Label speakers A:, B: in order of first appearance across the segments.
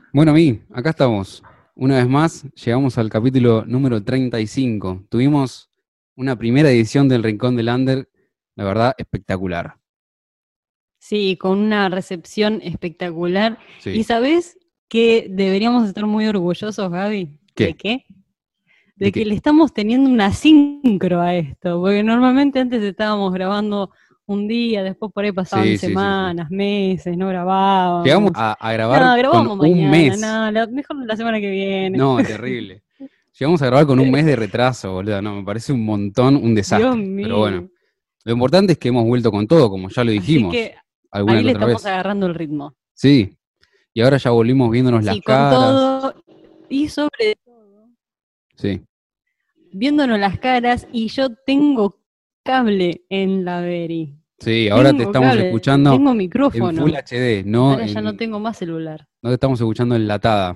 A: Bueno, acá estamos. Una vez más, llegamos al capítulo número 35. Tuvimos una primera edición del Rincón del Under, la verdad, espectacular.
B: Sí, con una recepción espectacular. ¿Y
A: Sí.
B: sabés que deberíamos estar muy orgullosos, Gaby? ¿De
A: ¿Qué?
B: qué?
A: ¿De
B: De que
A: qué?
B: le estamos teniendo una sincro a esto, porque normalmente antes estábamos grabando un día, después por ahí pasaban
A: Sí.
B: semanas, meses, no
A: Llegamos
B: grabábamos.
A: a grabar
B: No,
A: con
B: grabamos
A: un
B: mañana,
A: mes.
B: no, mejor la semana que viene.
A: No, terrible. Llegamos a grabar con un mes de retraso, boludo. No, me parece un montón, un
B: Dios
A: desastre. Pero bueno,
B: mío.
A: lo importante es que hemos vuelto con todo, como ya lo
B: Así
A: dijimos
B: que
A: alguna
B: ahí
A: que
B: le
A: otra
B: estamos
A: vez.
B: agarrando el ritmo.
A: Sí, y ahora ya volvimos viéndonos las
B: Sí, con
A: caras.
B: todo y sobre todo
A: Sí.
B: viéndonos las caras, y yo tengo cable en la Beri.
A: Sí, ahora te
B: Tengo
A: estamos
B: cable,
A: escuchando
B: tengo
A: en Full
B: micrófono.
A: HD,
B: Ahora ya no tengo más celular.
A: no te estamos escuchando enlatada.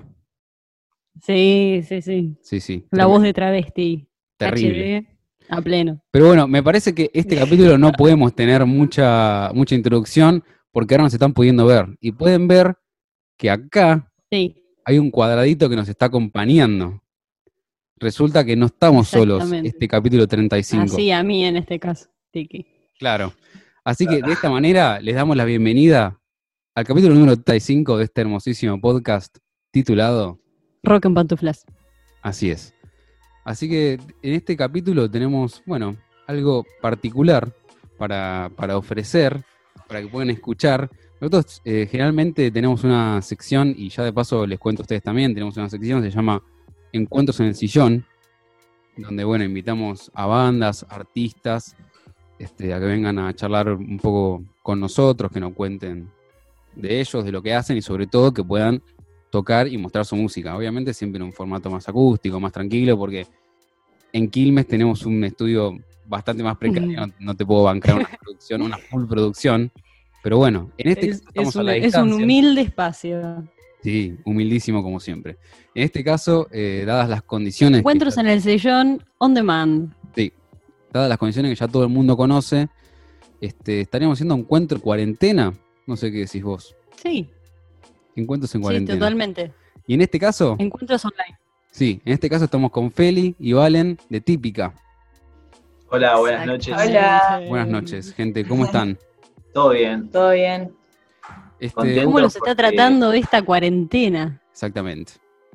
B: Sí.
A: Sí,
B: La voz de travesti.
A: terrible.
B: HD a pleno.
A: Pero bueno, me parece que este capítulo no podemos tener mucha introducción porque ahora nos están pudiendo ver. Y pueden ver que acá
B: Sí,
A: hay un cuadradito que nos está acompañando. Resulta que no estamos solos este
B: exactamente.
A: capítulo 35.
B: Así a mí en este caso, Tiki.
A: Claro. Así que de esta manera les damos la bienvenida al capítulo número 35 de este hermosísimo podcast titulado
B: Rock en pantuflas.
A: Así es. Así que en este capítulo tenemos, bueno, algo particular para ofrecer, para que puedan escuchar. Nosotros generalmente tenemos una sección, y ya de paso les cuento a ustedes también, tenemos una sección que se llama Encuentros en el Sillón, donde, bueno, invitamos a bandas, artistas, a que vengan a charlar un poco con nosotros, que nos cuenten de ellos, de lo que hacen y sobre todo que puedan tocar y mostrar su música. Obviamente siempre en un formato más acústico, más tranquilo, porque en Quilmes tenemos un estudio bastante más precario, no te puedo bancar una producción, una full producción, pero bueno, en este caso estamos a la
B: Es un
A: distancia.
B: humilde espacio.
A: Sí, humildísimo como siempre. En este caso, dadas las condiciones
B: Encuentros en el sillón on demand.
A: sí, dadas las condiciones que ya todo el mundo conoce, estaríamos haciendo un encuentro en cuarentena, no sé qué decís vos.
B: Sí,
A: Encuentros en
B: sí,
A: cuarentena.
B: totalmente.
A: Y en este caso,
B: Encuentros online.
A: sí, en este caso estamos con Feli y Valen de Típica.
C: Hola, buenas noches.
B: Hola.
A: Buenas noches, gente, ¿cómo están?
C: ¿Todo bien?
D: Todo bien.
C: Contento.
B: ¿Cómo los está
C: porque-
B: tratando esta cuarentena?
A: Exactamente.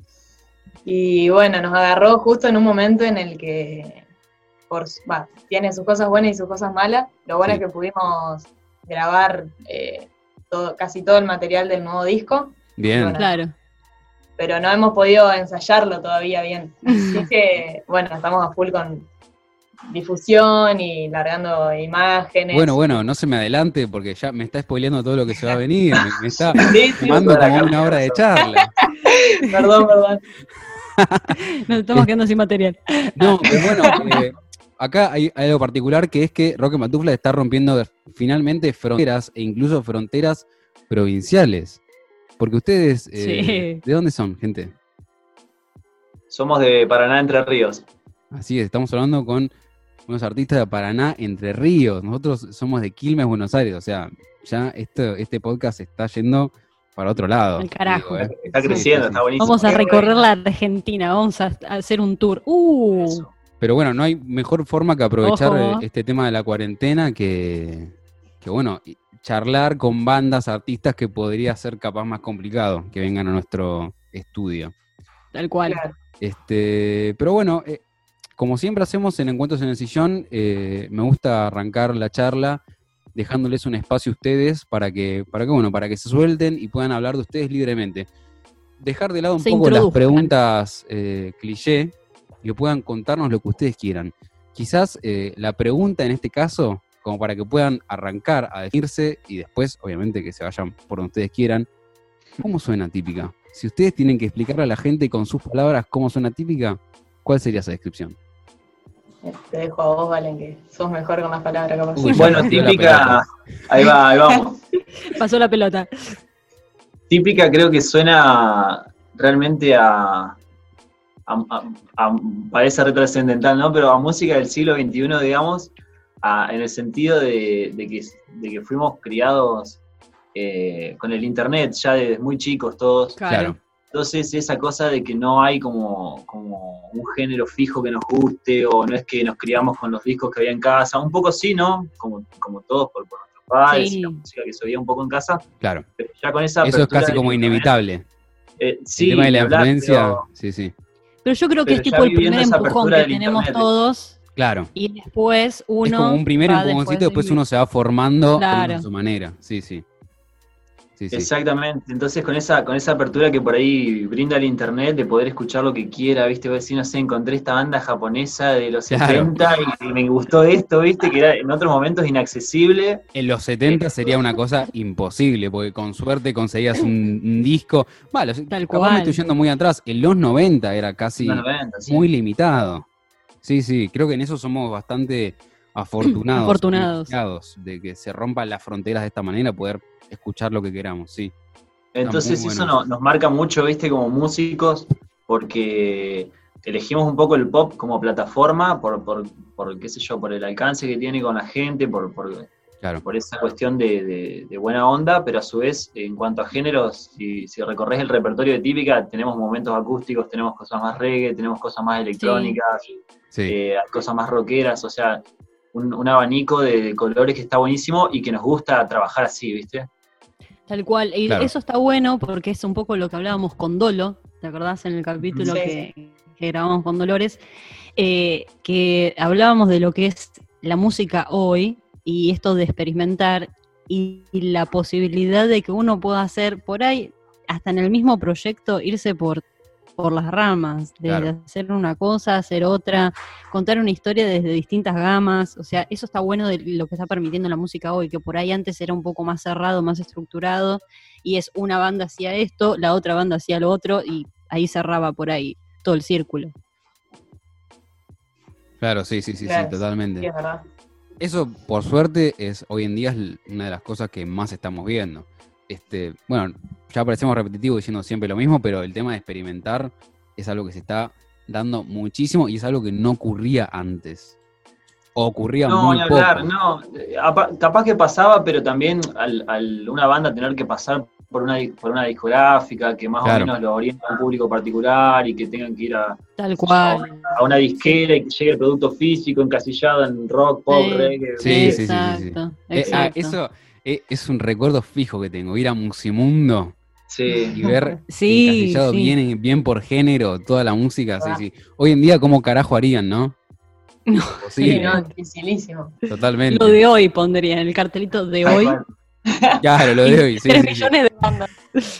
D: Y bueno, nos agarró justo en un momento en el que tiene sus cosas buenas y sus cosas malas. Lo bueno
A: Sí.
D: es que pudimos grabar casi todo el material del nuevo disco.
A: Bien.
D: Bueno,
B: Claro.
D: pero no hemos podido ensayarlo todavía bien. Así que, bueno, estamos a full con difusión y largando imágenes.
A: Bueno, no se me adelante porque ya me está spoileando todo lo que se va a venir. Me está
D: Sí,
A: fumando
C: toda la
A: como
C: carne
A: una hora de
C: de
A: charla.
D: perdón.
B: Nos estamos quedando sin material.
A: No, pero bueno, acá hay algo particular que es que Rock en Pantuflas está rompiendo finalmente fronteras e incluso fronteras provinciales. Porque ustedes,
B: Sí.
A: ¿de dónde son, gente?
C: Somos de Paraná, Entre Ríos.
A: Así es, estamos hablando con unos artistas de Paraná, Entre Ríos. Nosotros somos de Quilmes, Buenos Aires. O sea, ya este podcast está yendo para otro lado.
B: Al carajo.
A: digo,
C: Está
A: Sí,
C: creciendo,
A: sí.
C: está buenísimo.
B: Vamos a
D: Qué
B: recorrer
D: bueno.
B: la Argentina, vamos a hacer un tour.
C: Eso.
A: Pero bueno, no hay mejor forma que aprovechar
B: Ojo.
A: este tema de la cuarentena que bueno, charlar con bandas, artistas que podría ser capaz más complicado que vengan a nuestro estudio.
B: Tal cual.
D: Claro.
A: Pero bueno, como siempre hacemos en Encuentros en el Sillón, me gusta arrancar la charla dejándoles un espacio a ustedes para que se suelten y puedan hablar de ustedes libremente. Dejar de lado un
B: Se
A: poco las
B: introduzcan.
A: preguntas cliché y que puedan contarnos lo que ustedes quieran. Quizás la pregunta en este caso, como para que puedan arrancar a definirse y después, obviamente, que se vayan por donde ustedes quieran. ¿Cómo suena Típica? Si ustedes tienen que explicarle a la gente con sus palabras cómo suena Típica, ¿cuál sería esa descripción?
D: Te dejo a vos, Valen, que sos mejor con las palabras, capaz.
A: Uy, ya
C: Bueno,
A: partió la
C: Típica,
A: pelota.
C: ahí vamos.
B: Pasó la pelota.
C: Típica creo que suena realmente parece retrascendental, ¿no? Pero a música del siglo XXI, digamos, en el sentido de que fuimos criados con el internet ya desde muy chicos todos.
A: Claro.
C: Entonces esa cosa de que no hay como un género fijo que nos guste, o no es que nos criamos con los discos que había en casa, un poco sí, ¿no? Como todos por nuestros padres,
B: Sí.
C: y la música que se oía un poco en casa,
A: Claro.
C: pero ya con esa
A: Eso es
C: apertura
A: casi
C: del
A: como
C: internet,
A: inevitable.
C: sí,
A: El tema de la
C: ni hablar,
A: influencia,
C: pero-
A: sí.
B: Pero yo creo que
C: Pero
B: es tipo
C: ya
B: el
C: viviendo
B: primer
C: esa
B: empujón
C: apertura
B: que
C: del
B: tenemos
C: internet.
B: todos
A: Claro.
B: y después uno
A: Es como un primer
B: va
A: empujoncito, después
B: de-
A: uno se va formando
B: Claro.
A: a su manera. Sí.
C: Exactamente, entonces con esa apertura que por ahí brinda el internet de poder escuchar lo que quiera, viste, vos decís, no sé, encontré esta banda japonesa de los
A: Claro.
C: 70 y me gustó esto, viste, que era en otros momentos inaccesible.
A: En los 70 sería una cosa imposible, porque con suerte conseguías un disco. Bueno,
B: Tal
A: capaz
B: cual.
A: me estoy yendo muy atrás. En los 90 era casi
C: En los 90, sí.
A: muy limitado. Sí, creo que en eso somos bastante afortunados. privilegiados de que se rompan las fronteras de esta manera, poder escuchar lo que queramos, sí.
C: Entonces
A: muy
C: eso
A: bueno.
C: nos marca mucho, viste, como músicos, porque elegimos un poco el pop como plataforma por qué sé yo, por el alcance que tiene con la gente,
A: Claro.
C: por esa cuestión de buena onda, pero a su vez, en cuanto a géneros, si recorres el repertorio de Típica, tenemos momentos acústicos, tenemos cosas más reggae, tenemos cosas más electrónicas,
A: Sí.
C: cosas más rockeras, o sea, un abanico de colores que está buenísimo y que nos gusta trabajar así, ¿viste?
B: Tal cual. Y
A: Claro.
B: eso está bueno porque es un poco lo que hablábamos con Dolo, ¿te acordás en el capítulo
D: Sí.
B: que grabamos con Dolores? Que hablábamos de lo que es la música hoy y esto de experimentar y la posibilidad de que uno pueda hacer por ahí, hasta en el mismo proyecto, irse por las ramas, de
A: Claro.
B: hacer una cosa, hacer otra, contar una historia desde distintas gamas, o sea, eso está bueno de lo que está permitiendo la música hoy, que por ahí antes era un poco más cerrado, más estructurado, y es una banda hacía esto, la otra banda hacía lo otro, y ahí cerraba por ahí todo el círculo.
A: Claro, sí,
D: Claro,
A: totalmente.
D: Sí, es verdad.
A: Eso, por suerte, hoy en día es una de las cosas que más estamos viendo. Bueno, ya parecemos repetitivos diciendo siempre lo mismo, pero el tema de experimentar es algo que se está dando muchísimo y es algo que no ocurría antes. O ocurría
C: No,
A: muy
C: ni
A: poco.
C: hablar, no. Capaz que pasaba, pero también al una banda tener que pasar por una discográfica que más
A: Claro.
C: o menos lo orienta a un público particular y que tengan que ir
B: Tal cual.
C: a una disquera y que llegue el producto físico encasillado en rock, pop,
B: Sí.
C: reggae.
A: Sí.
B: Exacto, exacto.
A: Eso es un recuerdo fijo que tengo, ir a Musimundo
C: Sí.
A: y ver
B: Sí,
A: encasillado
B: sí.
A: bien por género toda la música.
D: Ah.
A: Sí. Hoy en día, ¿cómo carajo harían, no?
B: No.
D: Sí,
A: Imposible,
D: no, dificilísimo.
A: totalmente.
B: Lo de hoy pondría en el cartelito de
C: Tal
B: hoy.
C: cual.
A: Claro, lo de hoy, sí.
B: 3 millones de bandas.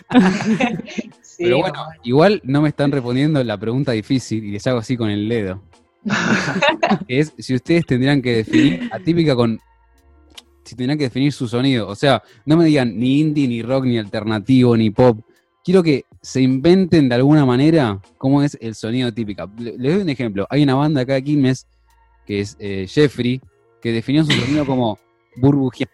D: Sí,
A: Pero bueno, igual no me están respondiendo la pregunta difícil y les hago así con el dedo. Que es si ustedes tendrían que definir atípica si tendrían que definir su sonido. O sea, no me digan ni indie, ni rock, ni alternativo, ni pop. Quiero que se inventen de alguna manera cómo es el sonido típica. Les doy un ejemplo. Hay una banda acá de Quilmes, que es Jeffrey, que definió su sonido como burbujeante.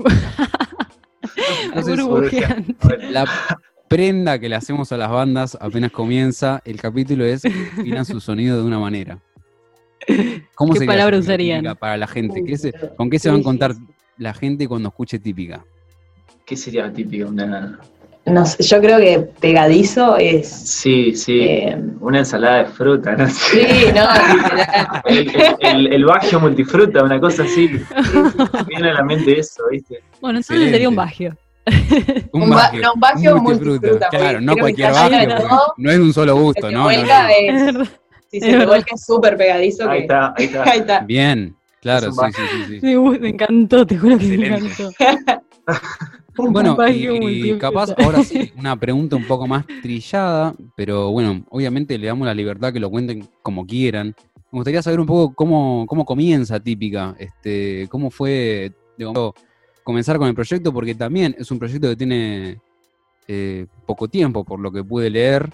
A: Entonces,
B: Burbujeante.
A: la prenda que le hacemos a las bandas apenas comienza el capítulo es que definan su sonido de una manera. ¿Cómo
B: ¿Qué
A: sería
B: palabra
A: el sonido
B: usarían?
A: típica para la gente?
D: Uy,
A: ¿Con qué se va a
D: qué
A: encontrar
D: difícil.
A: la gente cuando escuche típica?
C: ¿Qué sería típico?
D: No sé, yo creo que pegadizo es.
C: Sí,
D: eh,
C: una ensalada de fruta, no sé.
D: sí, no, literal.
C: El bagio multifruta, una cosa así. Me viene a la mente eso, ¿viste?
B: Bueno, entonces
A: Excelente.
B: sería un bagio.
A: Un
D: Un bagio multifruta,
A: Claro,
D: porque
A: no
D: creo que
A: cualquier
D: está lleno
A: bagio,
D: de
A: porque
D: todo.
A: no es de un solo
D: Se
A: gusto,
D: te
A: ¿no?
D: vuelca,
A: No.
D: si se te vuelca es súper pegadizo.
C: Ahí
D: Que...
C: está, ahí está.
D: Ahí está.
A: Bien, claro,
C: Es un
A: sí.
B: Me encantó, te juro que me
C: Excelente.
B: encantó.
A: Bueno,
B: Un bagio
A: y
B: multifruta.
A: capaz ahora sí, una pregunta un poco más trillada, pero bueno, obviamente le damos la libertad que lo cuenten como quieran. Me gustaría saber un poco cómo comienza Típica, cómo fue digamos, comenzar con el proyecto, porque también es un proyecto que tiene poco tiempo, por lo que pude leer.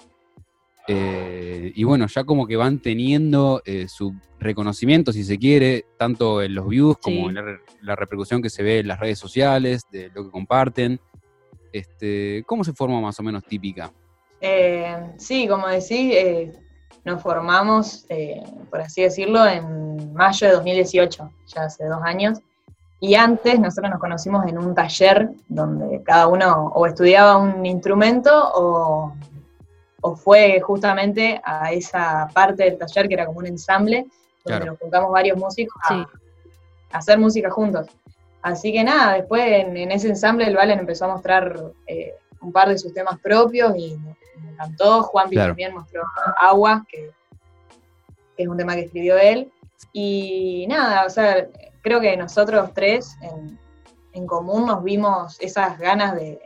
A: Y bueno, ya como que van teniendo su reconocimiento, si se quiere, tanto en los views como
B: Sí.
A: en la repercusión que se ve en las redes sociales, de lo que comparten. ¿Cómo se forma más o menos Típica?
D: Sí, como decís, nos formamos, por así decirlo, en mayo de 2018, ya hace 2 años. Y antes nosotros nos conocimos en un taller donde cada uno o estudiaba un instrumento o o fue justamente a esa parte del taller que era como un ensamble, donde nos juntamos varios músicos a hacer música juntos. Así que nada, después en ese ensamble el Valen empezó a mostrar un par de sus temas propios y me encantó. Juanpi también mostró Agua, que es un tema que escribió él. Y nada, o sea, creo que nosotros tres en común nos vimos esas ganas de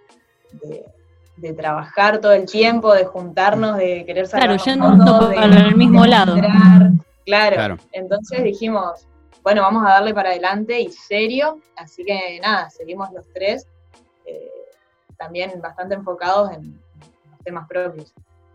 D: trabajar todo el tiempo, de juntarnos, de querer sacar
B: yendo para el mismo lado.
D: Claro, entonces dijimos, bueno, vamos a darle para adelante y serio, así que nada, seguimos los tres, también bastante enfocados en los temas propios.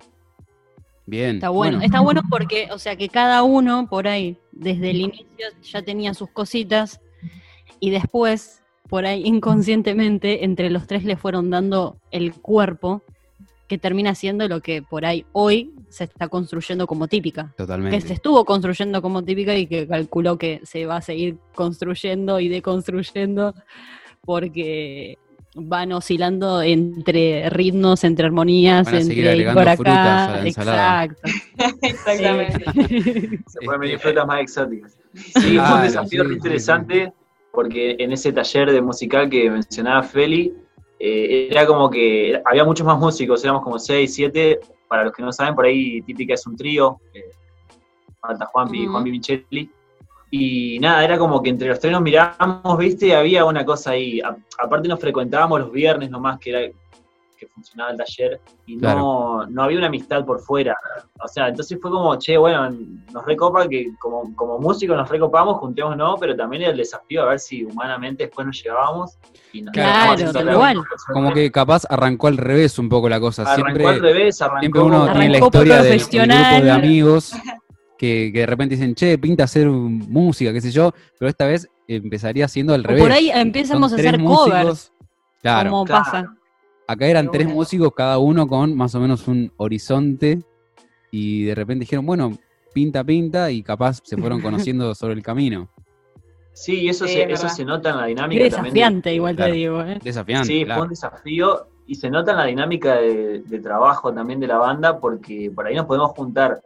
A: Bien.
B: Está bueno porque, o sea, que cada uno por ahí, desde el inicio ya tenía sus cositas y después, por ahí inconscientemente, entre los tres le fueron dando el cuerpo que termina siendo lo que por ahí hoy se está construyendo como típica.
A: Totalmente.
B: Que se estuvo construyendo como típica y que calculó que se va a seguir construyendo y deconstruyendo porque van oscilando entre ritmos, entre armonías,
A: van a seguir
B: entre
A: agregando
B: por acá.
A: frutas a la ensalada.
B: Exacto.
D: Exactamente.
C: Se pueden venir frutas más exóticas. Sí, fue un desafío re interesante, porque en ese taller de musical que mencionaba Feli, era como que había muchos más músicos, éramos como 6, 7, para los que no saben, por ahí típica es un trío, falta Juanpi, Juanpi Micheli, y nada, era como que entre los tres nos mirábamos, viste, había una cosa ahí, aparte nos frecuentábamos los viernes nomás, que funcionaba el taller, y no había una amistad por fuera, o sea, entonces fue como, che, bueno, nos recopa que como músicos nos recopamos, juntémonos, pero también el desafío a ver si humanamente después nos llevábamos. Y
B: igual.
A: Como que capaz arrancó al revés un poco la cosa.
C: Arrancó al revés,
A: siempre uno tiene la historia del grupo de amigos que de repente dicen, che, pinta hacer música, qué sé yo, pero esta vez empezaría siendo al revés.
B: Por ahí empezamos a hacer covers, como pasa.
A: Acá eran 3 músicos, cada uno con más o menos un horizonte, y de repente dijeron, bueno, pinta, y capaz se fueron conociendo sobre el camino.
C: Sí, y eso se nota en la dinámica.
B: Desafiante, también igual te digo.
A: Desafiante,
C: sí, fue un desafío, y se nota en la dinámica de trabajo también de la banda, porque por ahí nos podemos juntar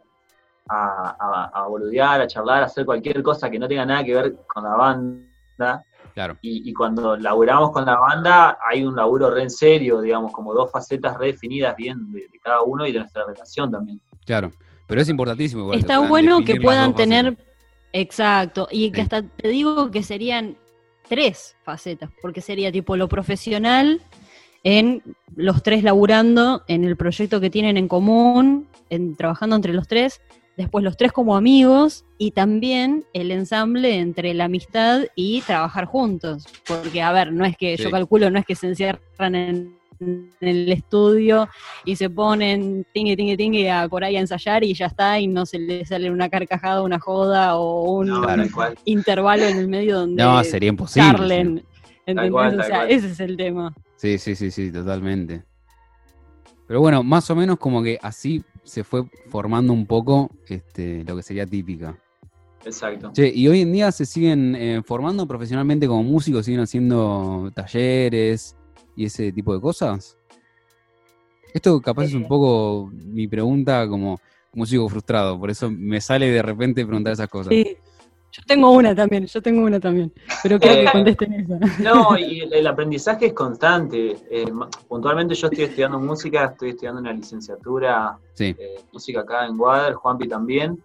C: a boludear, a charlar, a hacer cualquier cosa que no tenga nada que ver con la banda.
A: Claro.
C: Y cuando laburamos con la banda, hay un laburo re en serio, digamos, como 2 facetas re definidas bien de cada uno y de nuestra relación también.
A: Claro, pero es importantísimo. Igual,
B: está bueno que puedan tener, exacto, y que hasta te digo que serían 3 facetas, porque sería tipo lo profesional, en los 3 laburando en el proyecto que tienen en común, trabajando entre los 3, después los 3 como amigos, y también el ensamble entre la amistad y trabajar juntos. Porque, a ver, no es que, yo calculo, no es que se encierran en el estudio y se ponen tingui por ahí a ensayar y ya está, y no se les sale una carcajada, una joda o un intervalo en el medio donde
A: sería imposible.
B: charlen. ¿Entendés? O sea, ese es el tema.
A: Sí, totalmente. Pero bueno, más o menos como que así se fue formando un poco lo que sería típica.
C: Exacto.
A: Che, ¿y hoy en día se siguen formando profesionalmente como músicos? ¿Siguen haciendo talleres y ese tipo de cosas? Esto capaz es un poco mi pregunta como músico frustrado, por eso me sale de repente preguntar esas cosas.
B: Sí. Yo tengo una también, pero quiero que contesten esa.
C: No, y el aprendizaje es constante. Puntualmente yo estoy estudiando música, estoy estudiando una licenciatura música acá en Wader, Juanpi también,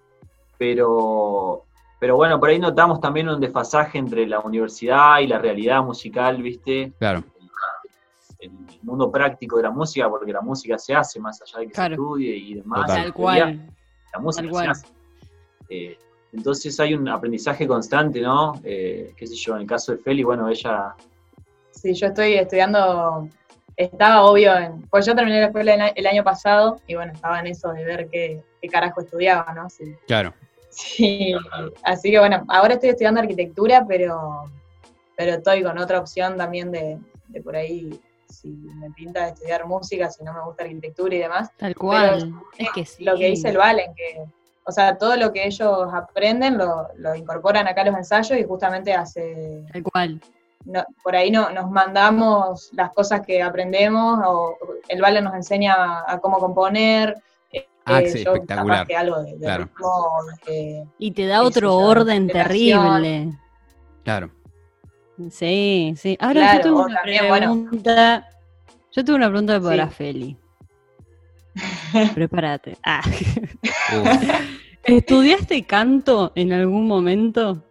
C: pero bueno, por ahí notamos también un desfasaje entre la universidad y la realidad musical, ¿viste?
A: Claro.
C: El mundo práctico de la música, porque la música se hace más allá de que se estudie y demás.
B: Tal cual.
C: La música se hace. Entonces hay un aprendizaje constante, ¿no? Qué sé yo, en el caso de Feli, bueno, ella...
D: Sí, yo estoy estudiando, estaba obvio, pues yo terminé la escuela el año pasado, y bueno, estaba en eso de ver qué carajo estudiaba, ¿no? Sí.
A: Claro.
D: Sí, así que bueno, ahora estoy estudiando arquitectura, pero estoy con otra opción también de por ahí, si me pinta estudiar música, si no me gusta arquitectura y demás.
B: Tal cual,
D: pero
B: es que sí.
D: Lo que dice el Valen, que... O sea, todo lo que ellos aprenden lo incorporan acá a los ensayos y justamente hace por ahí nos mandamos las cosas que aprendemos, o el Vale nos enseña a cómo componer.
A: Sí,
D: yo
A: espectacular.
D: capaz que algo de
A: Claro.
D: ritmo,
B: Y te da otro orden terrible.
A: Claro.
B: Sí. Ahora
D: Claro,
B: yo tengo
D: o
B: una
D: también,
B: pregunta. Yo tengo una pregunta para
D: Sí.
B: Feli. Prepárate. ¿Estudiaste canto en algún momento?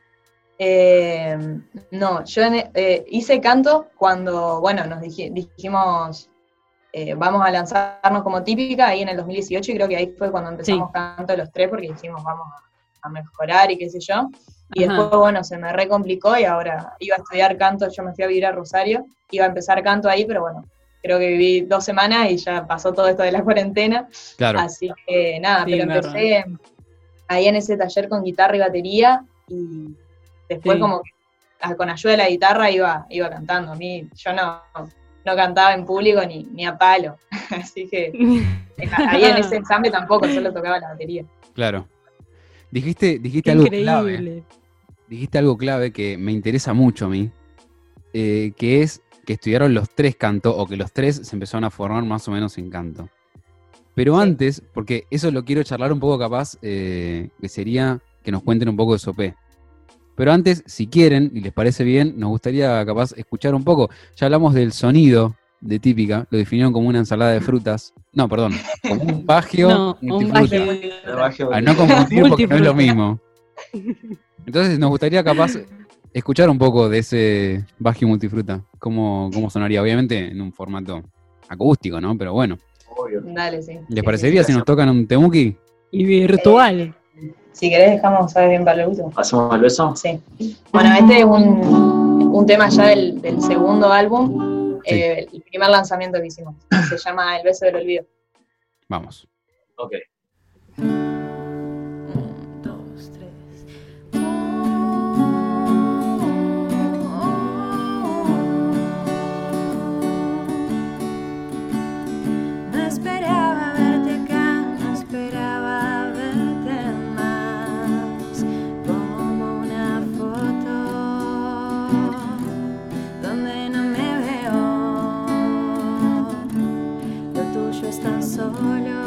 D: No, yo hice canto cuando, nos dijimos, vamos a lanzarnos como típica ahí en el 2018, y creo que ahí fue cuando empezamos canto los tres, porque dijimos vamos a mejorar y qué sé yo. Y después, se me recomplicó y ahora iba a estudiar canto. Yo me fui a vivir a Rosario, iba a empezar canto ahí, pero creo que viví 2 semanas y ya pasó todo esto de la cuarentena. Claro. Así que nada, pero empecé ahí en ese taller con guitarra y batería, y después como que con ayuda de la guitarra iba cantando. A mí, yo no cantaba en público ni a palo. Así que ahí en ese ensamble tampoco, solo tocaba la batería.
A: Claro. Dijiste algo clave. Dijiste algo clave que me interesa mucho a mí, que es que estudiaron los 3 canto, o que los 3 se empezaron a formar más o menos en canto. Pero antes, porque eso lo quiero charlar un poco capaz, que sería que nos cuenten un poco de Sopé. Pero antes, si quieren, y les parece bien, nos gustaría capaz escuchar un poco. Ya hablamos del sonido de Típica, lo definieron como una ensalada de frutas. No, perdón, como un bagio multifruta. A no confundir porque no es lo mismo. Entonces nos gustaría capaz escuchar un poco de ese bagio multifruta. ¿Cómo sonaría? Obviamente en un formato acústico, ¿no? Pero bueno.
D: Obvio. Dale, sí.
A: ¿Les parecería si nos tocan un temuki?
B: Y virtual.
D: Si querés dejamos, ¿sabes bien para el beso?
C: ¿Hacemos el beso?
D: Sí. Bueno, este es un tema ya del segundo álbum, el primer lanzamiento que hicimos. Se llama El beso del olvido.
A: Vamos.
C: Ok.
E: 1, 2, 3. No esperaba verte acá, no esperaba verte más, como una foto donde no me veo. Lo tuyo es tan solo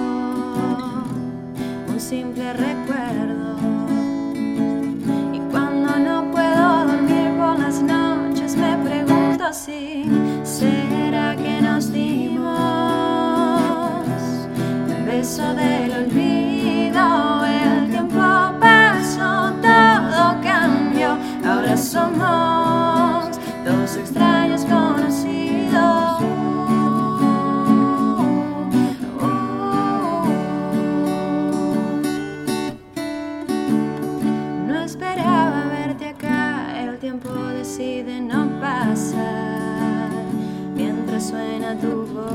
E: un simple recuerdo. Y cuando no puedo dormir por las noches me pregunto si será que nos dimos el beso del olvido. El tiempo pasó, todo cambió, ahora somos dos extraños conocidos. No esperaba verte acá, el tiempo decide no pasar. Mientras suena tu voz,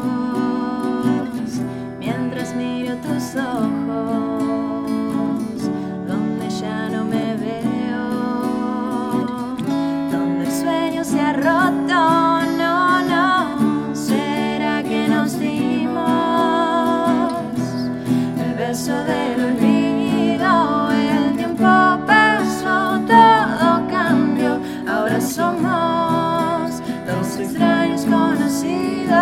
E: mientras miro tus ojos, donde ya no me veo, donde el sueño se ha roto. No, no, ¿será que nos dimos el beso del olvido? El tiempo pasó, todo cambió, ahora somos dos extraños conocidos.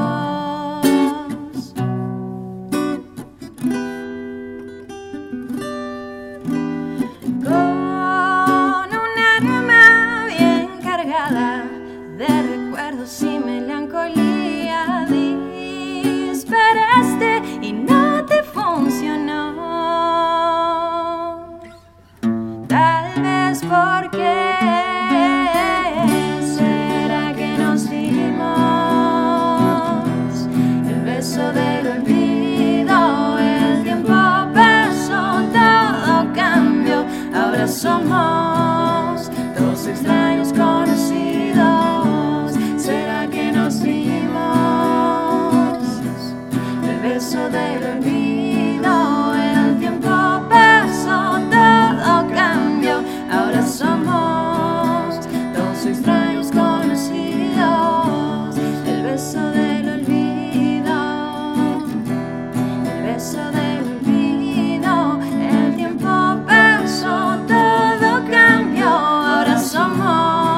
E: Con un arma bien cargada de recuerdos y melancolía, disparaste y no te funcionó. Tal vez porque será que nos dimos el beso del olvido. El tiempo pasó, todo cambió, ahora somos dos extraños conocidos. ¿Será que nos dimos el beso del olvido? El tiempo pasó, todo cambió, ahora somos dos extraños conocidos. El beso del olvido, el beso del olvido. El tiempo pasó, todo cambió, ahora somos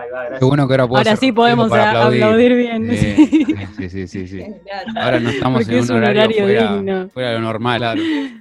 A: Qué bueno que ahora puedo
B: Ahora
A: hacer
B: sí podemos
A: para
B: aplaudir bien.
A: Sí. Ahora no estamos
B: Porque
A: en
B: es
A: un
B: un
A: horario
B: horario digno.
A: fuera de lo normal, claro.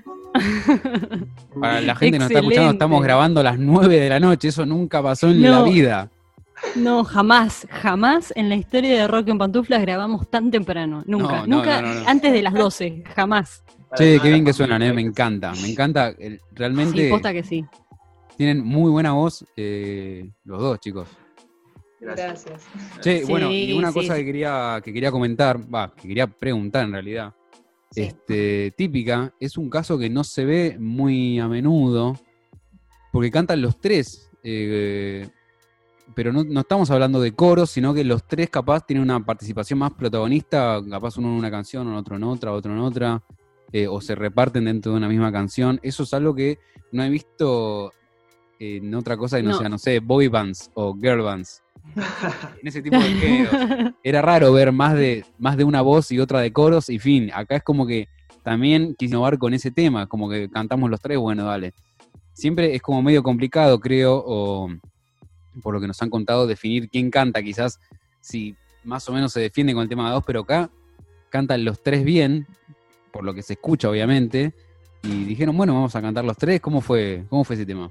A: Para la gente que nos está escuchando,
B: Excelente.
A: estamos grabando a las 9 de la noche. Eso nunca pasó en la vida.
B: No, jamás en la historia de Rock en Pantuflas grabamos tan temprano. Nunca,
A: No.
B: antes de las 12, jamás.
A: Che, qué bien que suenan, me encanta. Realmente
B: Sí, posta que sí.
A: tienen muy buena voz los dos, chicos.
D: Gracias.
A: Che,
B: Sí,
A: bueno, y una
B: sí,
A: cosa
B: sí.
A: que quería comentar, que quería preguntar en realidad,
D: Sí.
A: Típica, es un caso que no se ve muy a menudo, porque cantan los tres, pero no estamos hablando de coros, sino que los tres capaz tienen una participación más protagonista, capaz uno en una canción, otro en otra, otro en otra, o se reparten dentro de una misma canción. Eso es algo que no he visto en otra cosa que no sea, no sé, boy bands o girl bands. En ese tipo de géneros. Era raro ver más de una voz y otra de coros y fin. Acá es como que también quise innovar con ese tema, como que cantamos los tres, bueno, dale. Siempre es como medio complicado, creo, o por lo que nos han contado, definir quién canta, quizás si más o menos se defiende con el tema de dos, pero acá cantan los tres bien, por lo que se escucha, obviamente, y dijeron, bueno, vamos a cantar los tres. ¿Cómo fue ese tema?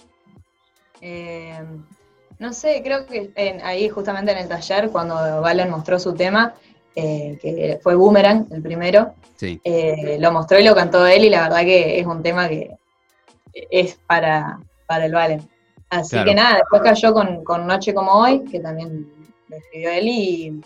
D: No sé, creo que ahí justamente en el taller, cuando Valen mostró su tema, que fue Boomerang, el primero,
A: Sí.
D: lo mostró y lo cantó él, y la verdad que es un tema que es para el Valen. Así
A: Claro.
D: que nada, después cayó con Noche como hoy, que también lo escribió él, y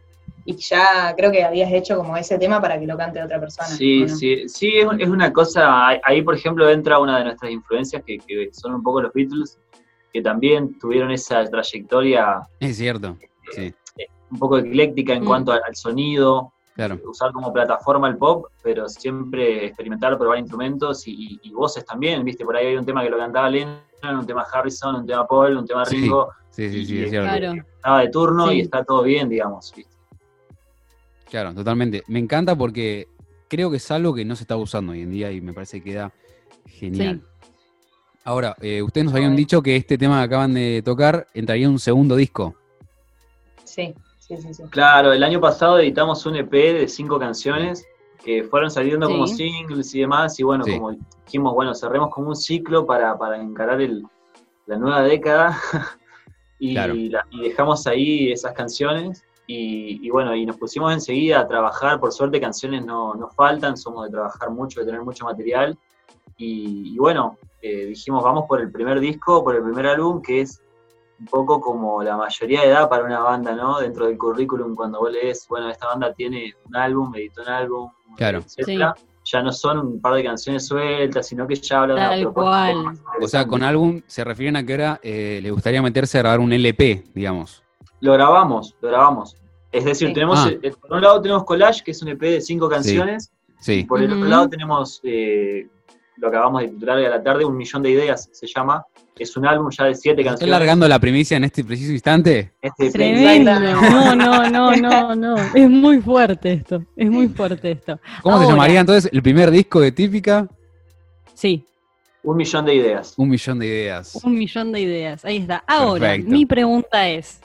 D: ya creo que habías hecho como ese tema para que lo cante otra persona.
C: Sí,
D: ¿o no?
C: sí, es una cosa, ahí por ejemplo entra una de nuestras influencias que son un poco los Beatles, que también tuvieron esa trayectoria
A: Es cierto, sí,
C: un poco ecléctica en cuanto al sonido,
A: claro.
C: usar como plataforma el pop, pero siempre experimentar, probar instrumentos y voces también, viste, por ahí hay un tema que lo cantaba Lennon, un tema Harrison, un tema Paul, un tema Ringo,
A: Sí,
C: y
A: es cierto.
B: Claro.
C: estaba de turno
B: Sí.
C: y está todo bien, digamos, viste.
A: Claro, totalmente. Me encanta porque creo que es algo que no se está usando hoy en día y me parece que queda genial.
B: Sí.
A: Ahora, ustedes nos habían dicho que este tema que acaban de tocar entraría en un segundo disco.
D: Sí.
C: Claro, el año pasado editamos un EP de 5 canciones que fueron saliendo como
B: Sí.
C: singles y demás, y bueno,
A: Sí.
C: como dijimos, bueno, cerremos como un ciclo para encarar la nueva década, y,
A: Claro.
C: y dejamos ahí esas canciones, y bueno, y nos pusimos enseguida a trabajar. Por suerte canciones no faltan, somos de trabajar mucho, de tener mucho material, y bueno, dijimos, vamos por el primer disco, por el primer álbum, que es un poco como la mayoría de edad para una banda, ¿no? Dentro del currículum, cuando vos lees, bueno, esta banda tiene un álbum, editó un álbum,
A: Claro.
C: etcétera, ya no son un par de canciones sueltas, sino que ya habla de
B: Tal
C: una propuesta
B: cual.
C: un poco más
A: O sea,
C: interesante.
A: con álbum se refieren a que ahora les gustaría meterse a grabar un LP, digamos.
C: Lo grabamos. Es decir,
D: Sí.
C: tenemos, por un lado tenemos Collage, que es un EP de 5 canciones, y
A: Sí,
C: por el
B: Ujú.
C: otro lado tenemos, lo acabamos de titular hoy a la tarde, 1.000.000 de ideas, se llama. Es un álbum ya de 7
A: ¿estás
C: canciones.
A: largando la primicia en este preciso instante?
C: Este EP.
B: Tremendo.
D: Exactamente.
B: No. Es muy fuerte esto.
A: ¿Cómo se
B: Ahora.
A: llamaría entonces el primer disco de Típica?
B: Sí,
C: 1.000.000 de ideas.
A: 1.000.000 de ideas.
B: 1.000.000 de ideas. Ahí está. Ahora,
A: Perfecto.
B: mi pregunta es,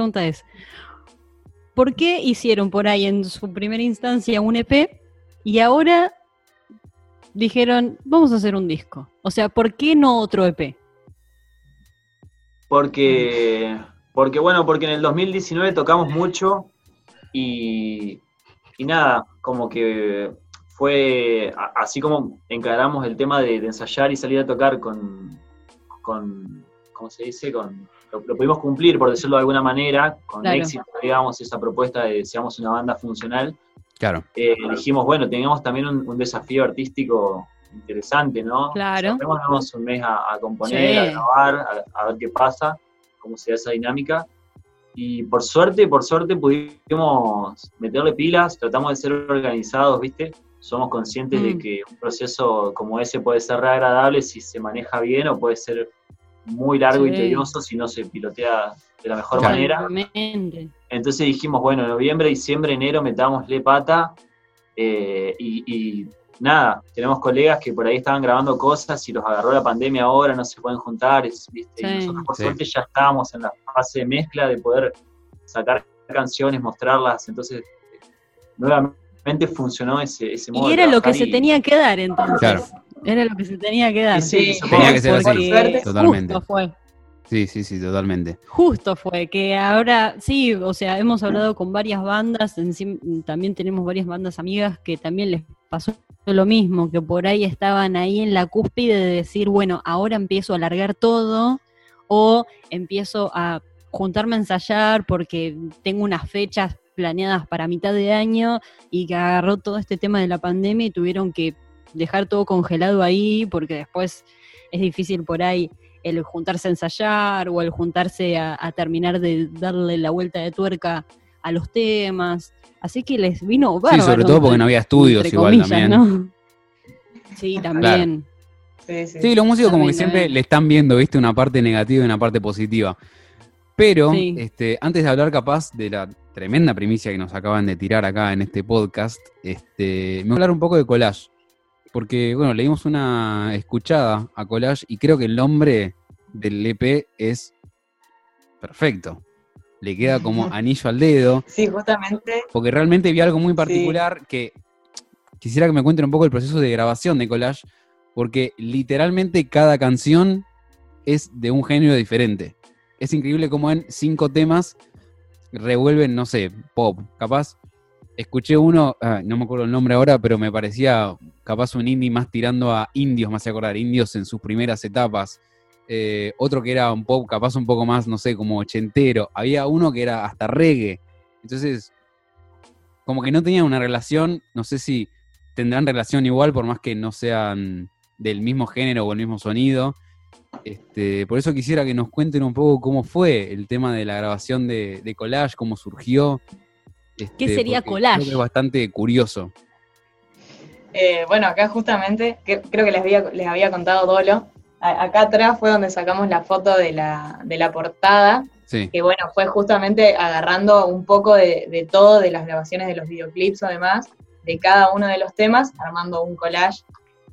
B: ¿por qué hicieron por ahí en su primera instancia un EP y ahora dijeron, vamos a hacer un disco? O sea, ¿por qué no otro EP?
C: Porque en el 2019 tocamos mucho y nada, como que fue así como encaramos el tema de ensayar y salir a tocar con ¿cómo se dice? Lo pudimos cumplir, por decirlo de alguna manera, con
B: Claro.
C: éxito, digamos, esa propuesta de seamos una banda funcional.
A: Claro.
C: Dijimos, bueno, teníamos también un desafío artístico interesante, ¿no?
B: Claro.
C: Cerrémonos un mes a componer,
B: Sí.
C: a grabar, a ver qué pasa, cómo se da esa dinámica. Y por suerte pudimos meterle pilas, tratamos de ser organizados, ¿viste? Somos conscientes de que un proceso como ese puede ser re agradable si se maneja bien, o puede ser muy largo y
B: Sí.
C: tedioso si no se pilotea de la mejor
A: Claro.
C: manera.
B: Totalmente.
C: Entonces dijimos, bueno, noviembre, diciembre, enero, metámosle pata, y nada, tenemos colegas que por ahí estaban grabando cosas y los agarró la pandemia ahora, no se pueden juntar, ¿viste? Y nosotros por suerte ya estábamos en la fase de mezcla de poder sacar canciones, mostrarlas, entonces nuevamente funcionó ese modo.
B: Y era lo que se tenía que dar entonces. Claro. Era lo que se tenía que dar.
A: Sí, tenía que ser así, totalmente.
B: Justo fue.
A: Sí, totalmente.
B: Justo fue, que ahora, sí, o sea, hemos hablado con varias bandas, también tenemos varias bandas amigas que también les pasó lo mismo, que por ahí estaban ahí en la cúspide de decir, bueno, ahora empiezo a alargar todo, o empiezo a juntarme a ensayar porque tengo unas fechas planeadas para mitad de año, y que agarró todo este tema de la pandemia y tuvieron que dejar todo congelado ahí, porque después es difícil por ahí el juntarse a ensayar o el juntarse a terminar de darle la vuelta de tuerca a los temas. Así que les vino bárbaro.
A: Sí, sobre todo porque no había estudios igual comillas, también.
B: ¿no? Sí, también.
A: Claro. Sí, los músicos como que siempre le están viendo, ¿viste? Una parte negativa y una parte positiva. Pero, antes de hablar capaz de la tremenda primicia que nos acaban de tirar acá en este podcast, me voy a hablar un poco de Collage. Porque, bueno, le dimos una escuchada a Collage y creo que el nombre del EP es perfecto. Le queda como anillo al dedo.
D: Sí, justamente.
A: Porque realmente vi algo muy particular que quisiera que me cuenten un poco el proceso de grabación de Collage, porque literalmente cada canción es de un género diferente. Es increíble cómo en 5 temas revuelven, no sé, pop, capaz. Escuché uno, no me acuerdo el nombre ahora, pero me parecía capaz un indie más tirando a Indios, me hace acordar, Indios en sus primeras etapas. Otro que era un pop capaz un poco más, no sé, como ochentero. Había uno que era hasta reggae. Entonces, como que no tenían una relación, no sé si tendrán relación igual, por más que no sean del mismo género o el mismo sonido. Por eso quisiera que nos cuenten un poco cómo fue el tema de la grabación de Collage, cómo surgió.
B: ¿Qué sería Collage?
A: Creo que es bastante curioso.
D: Bueno, acá justamente, creo que les había contado Dolo, acá atrás fue donde sacamos la foto de la portada,
A: sí.
D: Que bueno, fue justamente agarrando un poco de todo, de las grabaciones de los videoclips o demás, de cada uno de los temas, armando un collage,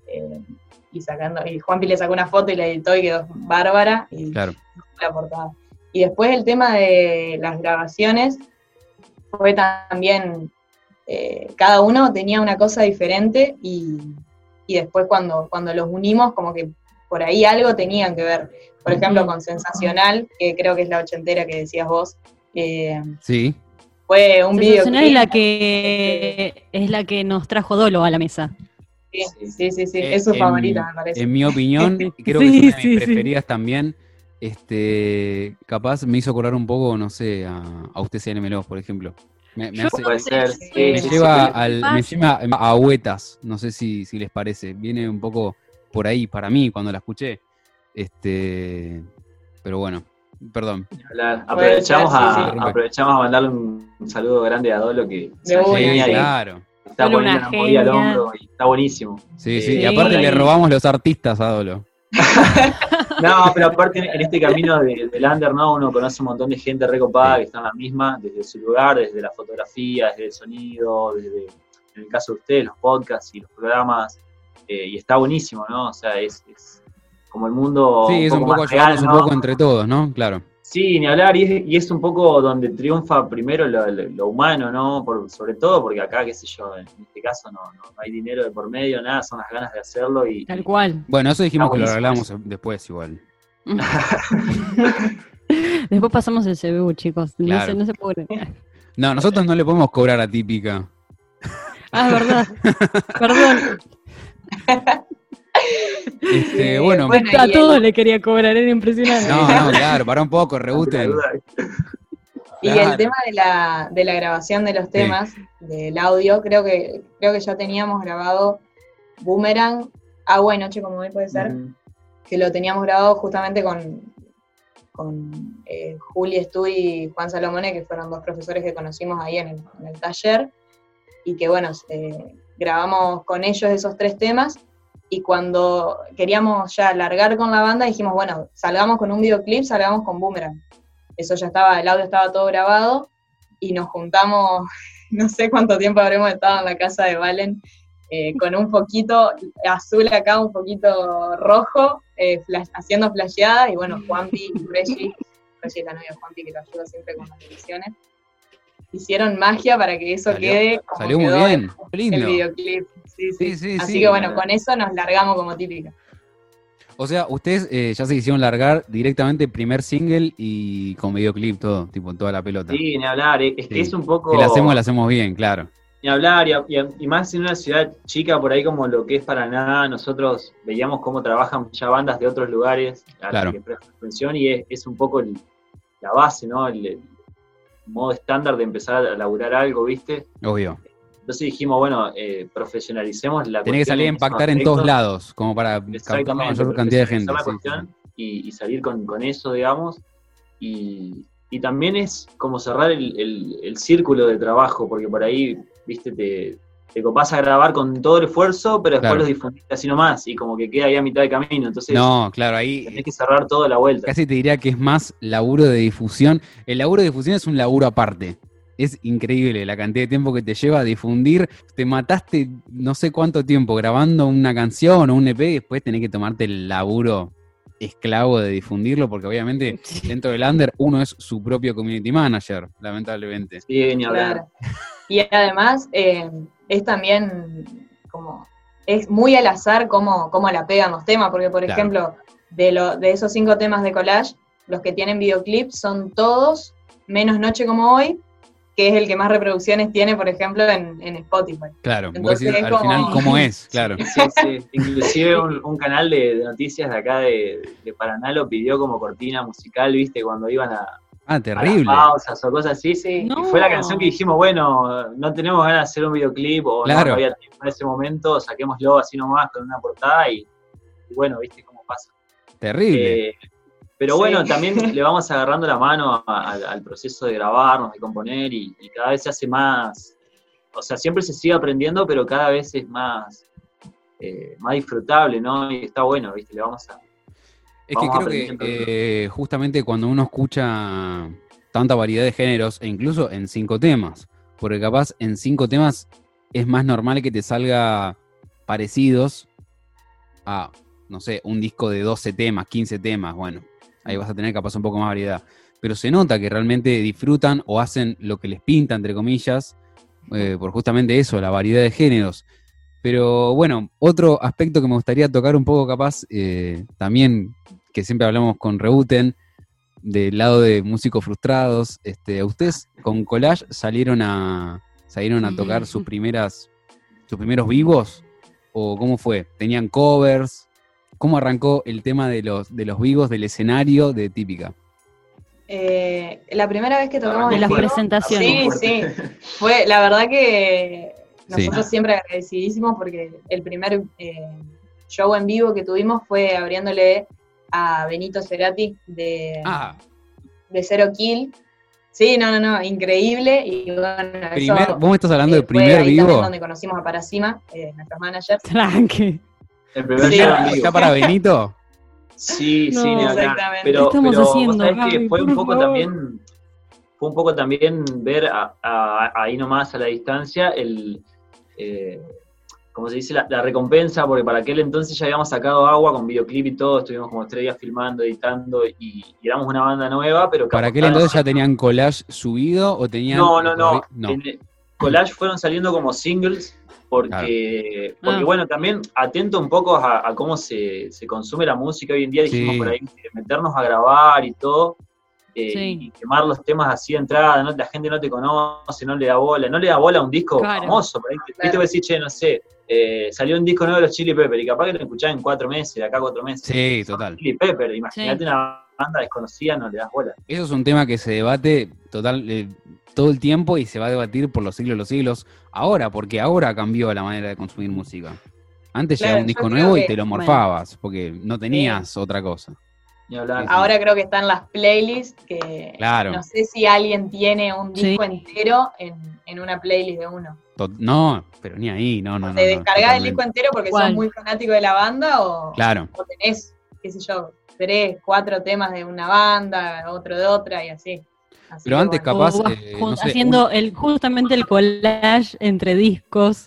D: y Juanpi le sacó una foto y la editó y quedó bárbara, y
A: claro.
D: La portada. Y después el tema de las grabaciones fue también, cada uno tenía una cosa diferente, y después cuando los unimos, como que por ahí algo tenían que ver. Por ejemplo, con Sensacional, que creo que es la ochentera que decías vos.
A: Sí.
D: Fue un video.
B: Sensacional es la que nos trajo Dolo a la mesa.
D: Sí. Es su favorita, me parece.
A: En mi opinión, creo que es una de mis preferidas también. Capaz me hizo acordar un poco, no sé, a Usted se Melos, por ejemplo. Me lleva a Huetas, no sé si les parece. Viene un poco por ahí para mí cuando la escuché. Pero bueno, perdón.
C: Aprovechamos a mandarle un saludo grande a Dolo, que
A: claro.
C: Está poniendo una movida al hombro y está buenísimo.
A: Sí. Y aparte le robamos los artistas a Dolo.
C: No, pero aparte en este camino del under, ¿no? Uno conoce un montón de gente recopada que está en la misma, desde su lugar, desde la fotografía, desde el sonido, desde, en el caso de ustedes, los podcasts y los programas, y está buenísimo, ¿no? O sea, es como el mundo.
A: Sí, es un poco ayudarnos un poco entre todos, ¿no? Claro.
C: Sí, ni hablar, y es un poco donde triunfa primero lo humano, ¿no? Sobre todo porque acá, qué sé yo, en este caso no hay dinero de por medio, nada, son las ganas de hacerlo y...
B: Tal cual.
A: Bueno, eso dijimos que lo arreglamos después igual.
B: Después pasamos el CBU, chicos,
A: claro.
B: No se puede.
A: No, nosotros no le podemos cobrar a Típica.
B: Ah, verdad. Perdón.
A: Bueno,
B: a todos le quería cobrar, era impresionante.
A: No, claro, para un poco, rebuten.
D: Y el tema de la grabación de los temas, del audio, creo que ya teníamos grabado Boomerang, Agua y Noche como hoy puede ser, que lo teníamos grabado justamente con Juli Stu y Juan Salomone, que fueron 2 profesores que conocimos ahí en el taller, y que bueno, grabamos con ellos esos 3 temas. Y cuando queríamos ya largar con la banda, dijimos, bueno, salgamos con un videoclip, salgamos con Boomerang. Eso ya estaba, el audio estaba todo grabado, y nos juntamos, no sé cuánto tiempo habremos estado en la casa de Valen, con un poquito azul acá, un poquito rojo, haciendo flasheadas, y bueno, Juanpi y Reggie la novia de Juanpi, que lo ayuda siempre con las ediciones, hicieron magia para que eso quede como
A: salió muy bien, lindo.
D: El videoclip. Sí. Así que bueno, con eso nos largamos como Típica.
A: O sea, ustedes ya se hicieron largar directamente primer single y con videoclip todo, tipo toda la pelota.
C: Sí, ni hablar, es que es un poco...
A: Si la hacemos bien, claro.
C: Ni hablar, y más en una ciudad chica por ahí como lo que es Paraná, nosotros veíamos cómo trabajan ya bandas de otros lugares a las que prestan atención, y es un poco la base, ¿no? El modo estándar de empezar a laburar algo, ¿viste?
A: Obvio.
C: Entonces dijimos, bueno, profesionalicemos la cuestión.
A: Tiene que salir a impactar en todos lados, como para captar la mayor cantidad de gente.
C: La cuestión y salir con eso, digamos, y también es como cerrar el círculo de trabajo, porque por ahí, viste, te copás a grabar con todo el esfuerzo, pero después los difundiste así nomás, y como que queda ahí a mitad de camino, entonces
A: no, claro, ahí
C: tenés que cerrar toda la vuelta.
A: Casi te diría que es más laburo de difusión. El laburo de difusión es un laburo aparte. Es increíble la cantidad de tiempo que te lleva a difundir. Te mataste no sé cuánto tiempo grabando una canción o un EP, y después tenés que tomarte el laburo esclavo de difundirlo, porque obviamente dentro del under uno es su propio community manager, lamentablemente.
C: Sí, ni hablar.
D: Claro. Y además es también como, es muy al azar cómo la pegan los temas, porque por ejemplo, de esos 5 temas de Collage, los que tienen videoclip son todos, menos Noche como hoy, que es el que más reproducciones tiene, por ejemplo, en Spotify.
A: Claro, entonces al final, ¿cómo es? Claro.
C: Sí. Inclusive un canal de noticias de acá de Paraná lo pidió como cortina musical, ¿viste? Cuando iban
A: terrible.
C: a las pausas o cosas así. Sí. No. Y fue la canción que dijimos, bueno, no tenemos ganas de hacer un videoclip, o no había tiempo en ese momento, saquémoslo así nomás con una portada y bueno, ¿viste cómo pasa?
A: Terrible.
C: Pero bueno, también le vamos agarrando la mano al proceso de grabarnos, de componer, y cada vez se hace más, o sea, siempre se sigue aprendiendo, pero cada vez es más disfrutable, ¿no? Y está bueno, ¿viste? Le vamos a...
A: Es que creo que justamente cuando uno escucha tanta variedad de géneros, e incluso en 5 temas, porque capaz en 5 temas es más normal que te salga parecidos a, no sé, un disco de 12 temas, 15 temas, bueno, ahí vas a tener capaz un poco más variedad. Pero se nota que realmente disfrutan o hacen lo que les pinta, entre comillas, por justamente eso, la variedad de géneros. Pero bueno, otro aspecto que me gustaría tocar un poco capaz, también que siempre hablamos con Rebuten, del lado de músicos frustrados, ustedes con Collage salieron a tocar sus primeros vivos, o cómo fue, ¿tenían covers? ¿Cómo arrancó el tema de los vivos del escenario de Típica?
D: La primera vez que tocamos
B: en las presentaciones.
D: Sí, fue la verdad que nosotros siempre agradecidísimos, porque el primer show en vivo que tuvimos fue abriéndole a Benito Cerati de Zero Kill. Sí, no, increíble. Y bueno,
A: ¿Vos me estás hablando del primer
D: ahí
A: vivo?
D: También donde conocimos a Paracima, nuestros managers.
B: Tranqui.
C: El primer show en vivo.
A: ¿Está para Benito?
C: Sí,
B: No,
C: ni hablar.
D: exactamente.
C: Pero,
B: ¿Qué estamos haciendo,
C: ¿sabés qué?
B: Gaby,
C: Fue un
B: por
C: poco
B: favor?
C: también ver ahí nomás a la distancia como se dice, la recompensa, porque para aquel entonces ya habíamos sacado agua con videoclip y todo, estuvimos como 3 días filmando, editando, y éramos una banda nueva, pero...
A: ¿Para aquel entonces ya tenían Collage subido o tenían...?
C: No. Collage fueron saliendo como singles, porque bueno, también atento un poco a cómo se consume la música hoy en día, dijimos por ahí, meternos a grabar y todo, y quemar los temas así de entrada, ¿no? La gente no te conoce, no le da bola a un disco famoso, por ahí, viste, vos decís, che, no sé, salió un disco nuevo de los Chili Peppers, y capaz que lo escuchás en 4 meses, de acá a 4 meses.
A: Sí, total.
C: Chili Peppers, imagínate una banda desconocida, no le das bola.
A: Eso es un tema que se debate todo el tiempo y se va a debatir por los siglos de los siglos ahora, porque ahora cambió la manera de consumir música. Antes llegaba un disco nuevo y te lo morfabas, porque no tenías otra cosa.
D: Ahora creo que están las playlists, que no sé si alguien tiene un disco entero en una playlist de uno.
A: No, pero ni ahí, no.
D: Te descargás el disco entero porque sos muy fanático de la banda, o tenés, qué sé yo, 3, 4 temas de una banda, otro de otra y así.
A: Pero antes capaz...
B: haciendo justamente el collage entre discos.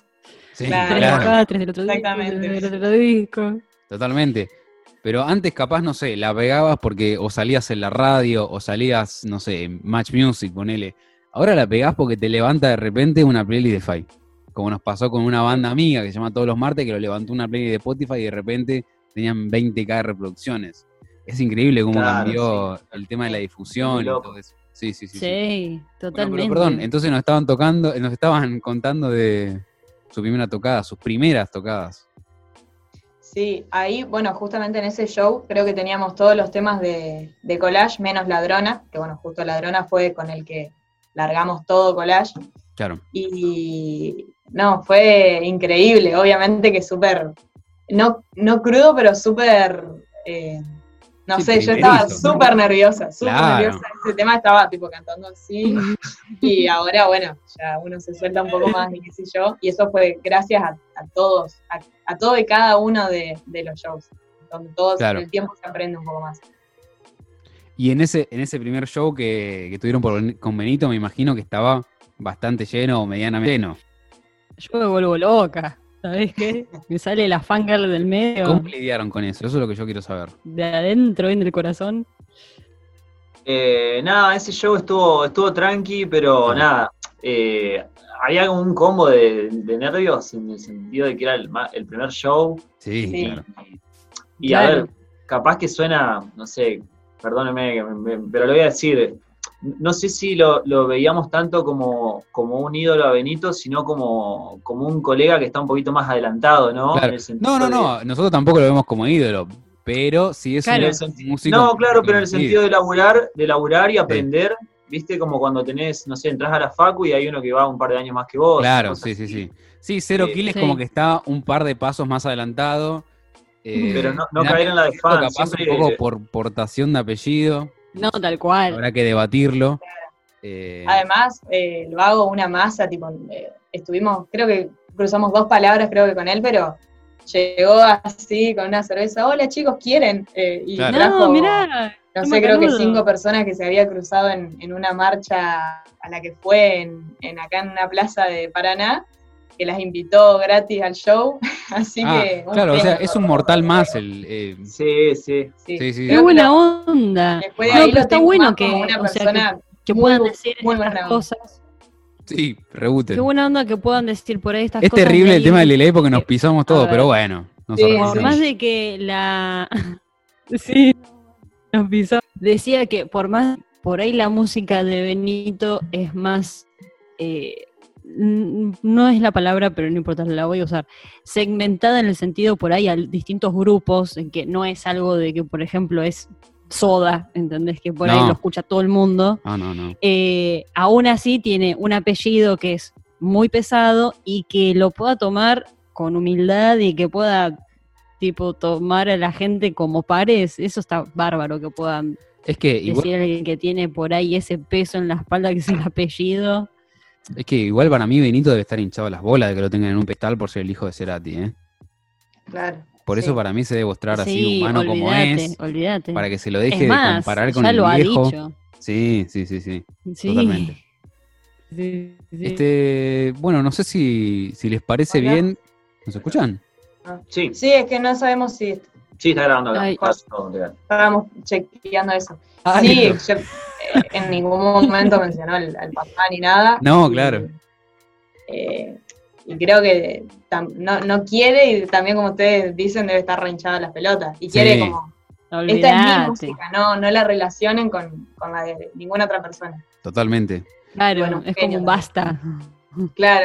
A: Sí,
D: Claro.
B: 3 de
A: claro.
B: acá, 3 del otro disco,
D: Exactamente.
B: 3 del otro disco.
A: Totalmente. Pero antes capaz, no sé, la pegabas porque o salías en la radio o salías, no sé, en Match Music, ponele. Ahora la pegás porque te levanta de repente una playlist de Fai. Como nos pasó con una banda amiga que se llama Todos los Martes, que lo levantó una playlist de Spotify y de repente tenían 20K de reproducciones. Es increíble cómo
C: Claro,
A: cambió
C: sí.
A: el tema de la
C: Muy
A: difusión y
C: loco.
A: todo eso. Sí, sí, sí.
B: Sí,
A: Bueno,
B: totalmente.
A: pero perdón, entonces nos estaban contando de su primera tocada, sus primeras tocadas.
D: Sí, ahí, bueno, justamente en ese show creo que teníamos todos los temas de Collage, menos Ladrona, que bueno, justo Ladrona fue con el que largamos todo Collage.
A: Claro.
D: Y no, fue increíble, obviamente que súper, no crudo, pero súper, no
A: Sí,
D: sé, yo estaba
A: primerizo.
D: súper nerviosa,
A: Claro.
D: ese tema estaba tipo cantando así, y ahora bueno, ya uno se suelta un poco más y qué sé yo, y eso fue gracias a todos, a todo y cada uno de los shows, donde todos
A: Claro.
D: el tiempo se aprende un poco más.
A: Y en ese primer show que tuvieron con Benito, me imagino que estaba bastante lleno o medianamente lleno.
B: Yo me vuelvo loca, ¿sabés qué? Me sale la fangirl del medio,
A: ¿Cómo lidiaron con eso? Eso es lo que yo quiero saber.
B: de adentro, bien del corazón.
C: Nada, ese show estuvo tranqui, pero
A: Ah.
C: nada, había un combo de nervios en el sentido de que era el primer show.
A: Sí,
D: Sí.
A: claro.
C: Y
B: Claro.
C: a ver, capaz que suena, no sé, perdóneme, pero lo voy a decir, no sé si lo veíamos tanto como un ídolo a Benito, sino como un colega que está un poquito más adelantado, ¿no?
A: Claro.
C: En el sentido
A: No, nosotros tampoco lo vemos como ídolo, pero sí es
B: Claro.
A: un músico.
C: No, claro, pero en el
A: conocido.
C: sentido de laburar y aprender, viste, como cuando tenés, no sé, entras a la facu y hay uno que va un par de años más que vos.
A: Claro,
C: cosas
A: sí,
C: así.
A: sí, sí. Sí, Zero Kill es
B: Sí.
A: como que está un par de pasos más adelantado.
C: Pero no
A: me da
C: caer en la de
A: miedo,
C: fan,
A: capaz
C: siempre-
A: un poco por portación de apellido.
B: No, tal cual.
A: Habrá que debatirlo.
D: Además, lo hago una masa, tipo, estuvimos, creo que cruzamos 2 palabras, creo que con él, pero llegó así con una cerveza, hola chicos, ¿quieren? Y
A: Claro.
D: trajo,
B: No, mirá.
D: no
B: qué
D: sé, creo que
B: macanudo.
D: 5 personas que se había cruzado en una marcha a la que fue acá en una plaza de Paraná, que las invitó gratis al show, así que... un
A: claro, o sea,
D: genio.
A: es un mortal más el.
C: Sí.
D: Sí.
A: Sí, sí.
B: Qué
D: Creo que
B: buena onda.
D: después de
B: No,
D: ahí
B: pero
D: lo
B: está
D: tengo
B: bueno
D: más
B: que,
D: como una
B: o sea,
D: persona
B: que
D: muy
B: puedan
D: bu-
B: decir
D: muy buena
B: estas
D: onda.
B: cosas.
A: Sí, rebuten.
B: Qué buena onda que puedan decir por ahí estas
A: Es
B: cosas.
A: terrible
B: de
A: el
B: ahí.
A: tema del delay porque nos pisamos todo,
B: ver.
A: pero bueno, nos
D: Sí,
B: Por
A: organizamos.
B: más de que la... sí, nos pisó. Decía que por ahí la música de Benito es más... no es la palabra, pero no importa, la voy a usar. Segmentada en el sentido por ahí a distintos grupos, en que no es algo de que, por ejemplo, es Soda, ¿entendés? Que por ahí
A: No.
B: lo escucha todo el mundo.
A: No.
B: Aún así tiene un apellido que es muy pesado y que lo pueda tomar con humildad y que pueda tipo tomar a la gente como pares, eso está bárbaro que puedan
A: Es que igual,
B: decir a alguien que tiene por ahí ese peso en la espalda que es el apellido.
A: para mí Benito debe estar hinchado las bolas de que lo tengan en un pedestal por ser el hijo de Cerati, ¿eh?
D: Claro.
A: Por
D: Sí.
A: eso para mí se debe mostrar así
B: Sí,
A: humano como es,
B: olvídate.
A: para que se lo
B: Es
A: deje de
B: más,
A: comparar con
B: ya
A: el
B: lo
A: viejo.
B: ha dicho.
A: Sí.
B: Sí.
A: Totalmente.
B: Sí, sí.
A: Bueno, no sé si les parece
D: Hola.
A: bien. ¿Nos escuchan?
C: Sí,
D: Sí, es que no sabemos si
C: está grabando acá.
B: Ay.
C: Está todo legal.
D: estábamos chequeando eso.
A: Ah,
D: Sí,
A: listo.
D: yo en ningún momento mencionó al papá ni nada.
A: No,
D: Y,
A: claro.
D: y creo que no quiere, y también como ustedes dicen, debe estar reinchada las pelotas. Y quiere
A: Sí.
D: como, esta es mi
B: Olvídate.
D: música, no la relacionen con la de ninguna otra persona.
A: Totalmente.
B: Claro,
D: Bueno,
B: es
D: genio
B: como un
D: también.
B: basta.
D: Claro.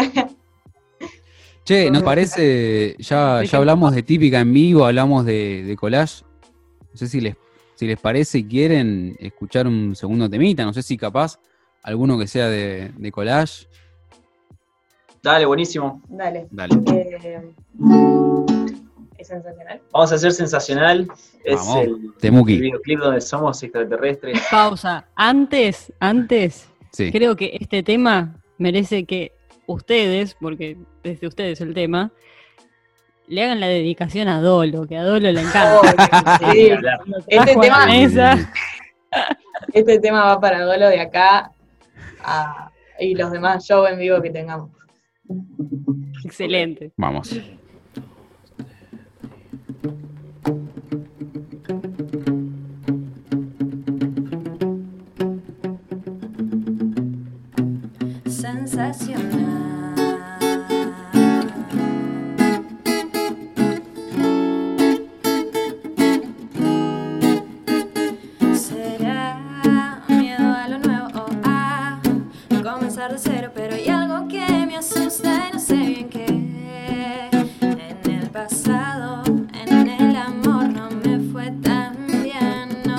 A: Che, ¿nos parece? Ya
B: Dejen-
A: hablamos de típica en vivo, hablamos de collage. No sé si les parece y quieren escuchar un segundo temita. No sé si capaz alguno que sea de collage.
C: Dale, buenísimo.
D: Dale.
A: Dale.
D: Es sensacional.
C: Vamos a hacer sensacional. Es
A: Vamos,
C: el
A: Temuki.
C: videoclip donde somos extraterrestres.
B: Pausa. Antes,
A: Sí.
B: creo que este tema merece que ustedes, porque es de ustedes el tema, le hagan la dedicación a Dolo, que a Dolo le encanta.
D: Oh, sí.
B: Cuando
D: Este
B: trajo a la
D: tema-
B: mesa.
D: Este tema va para Dolo de acá y los demás shows en vivo que tengamos.
B: Excelente.
A: Vamos.
E: Sensacional. ¿Será miedo a lo nuevo o a comenzar de cero? Pero hay algo que me asusta y no sé bien qué. En el pasado, en el amor no me fue tan bien, no.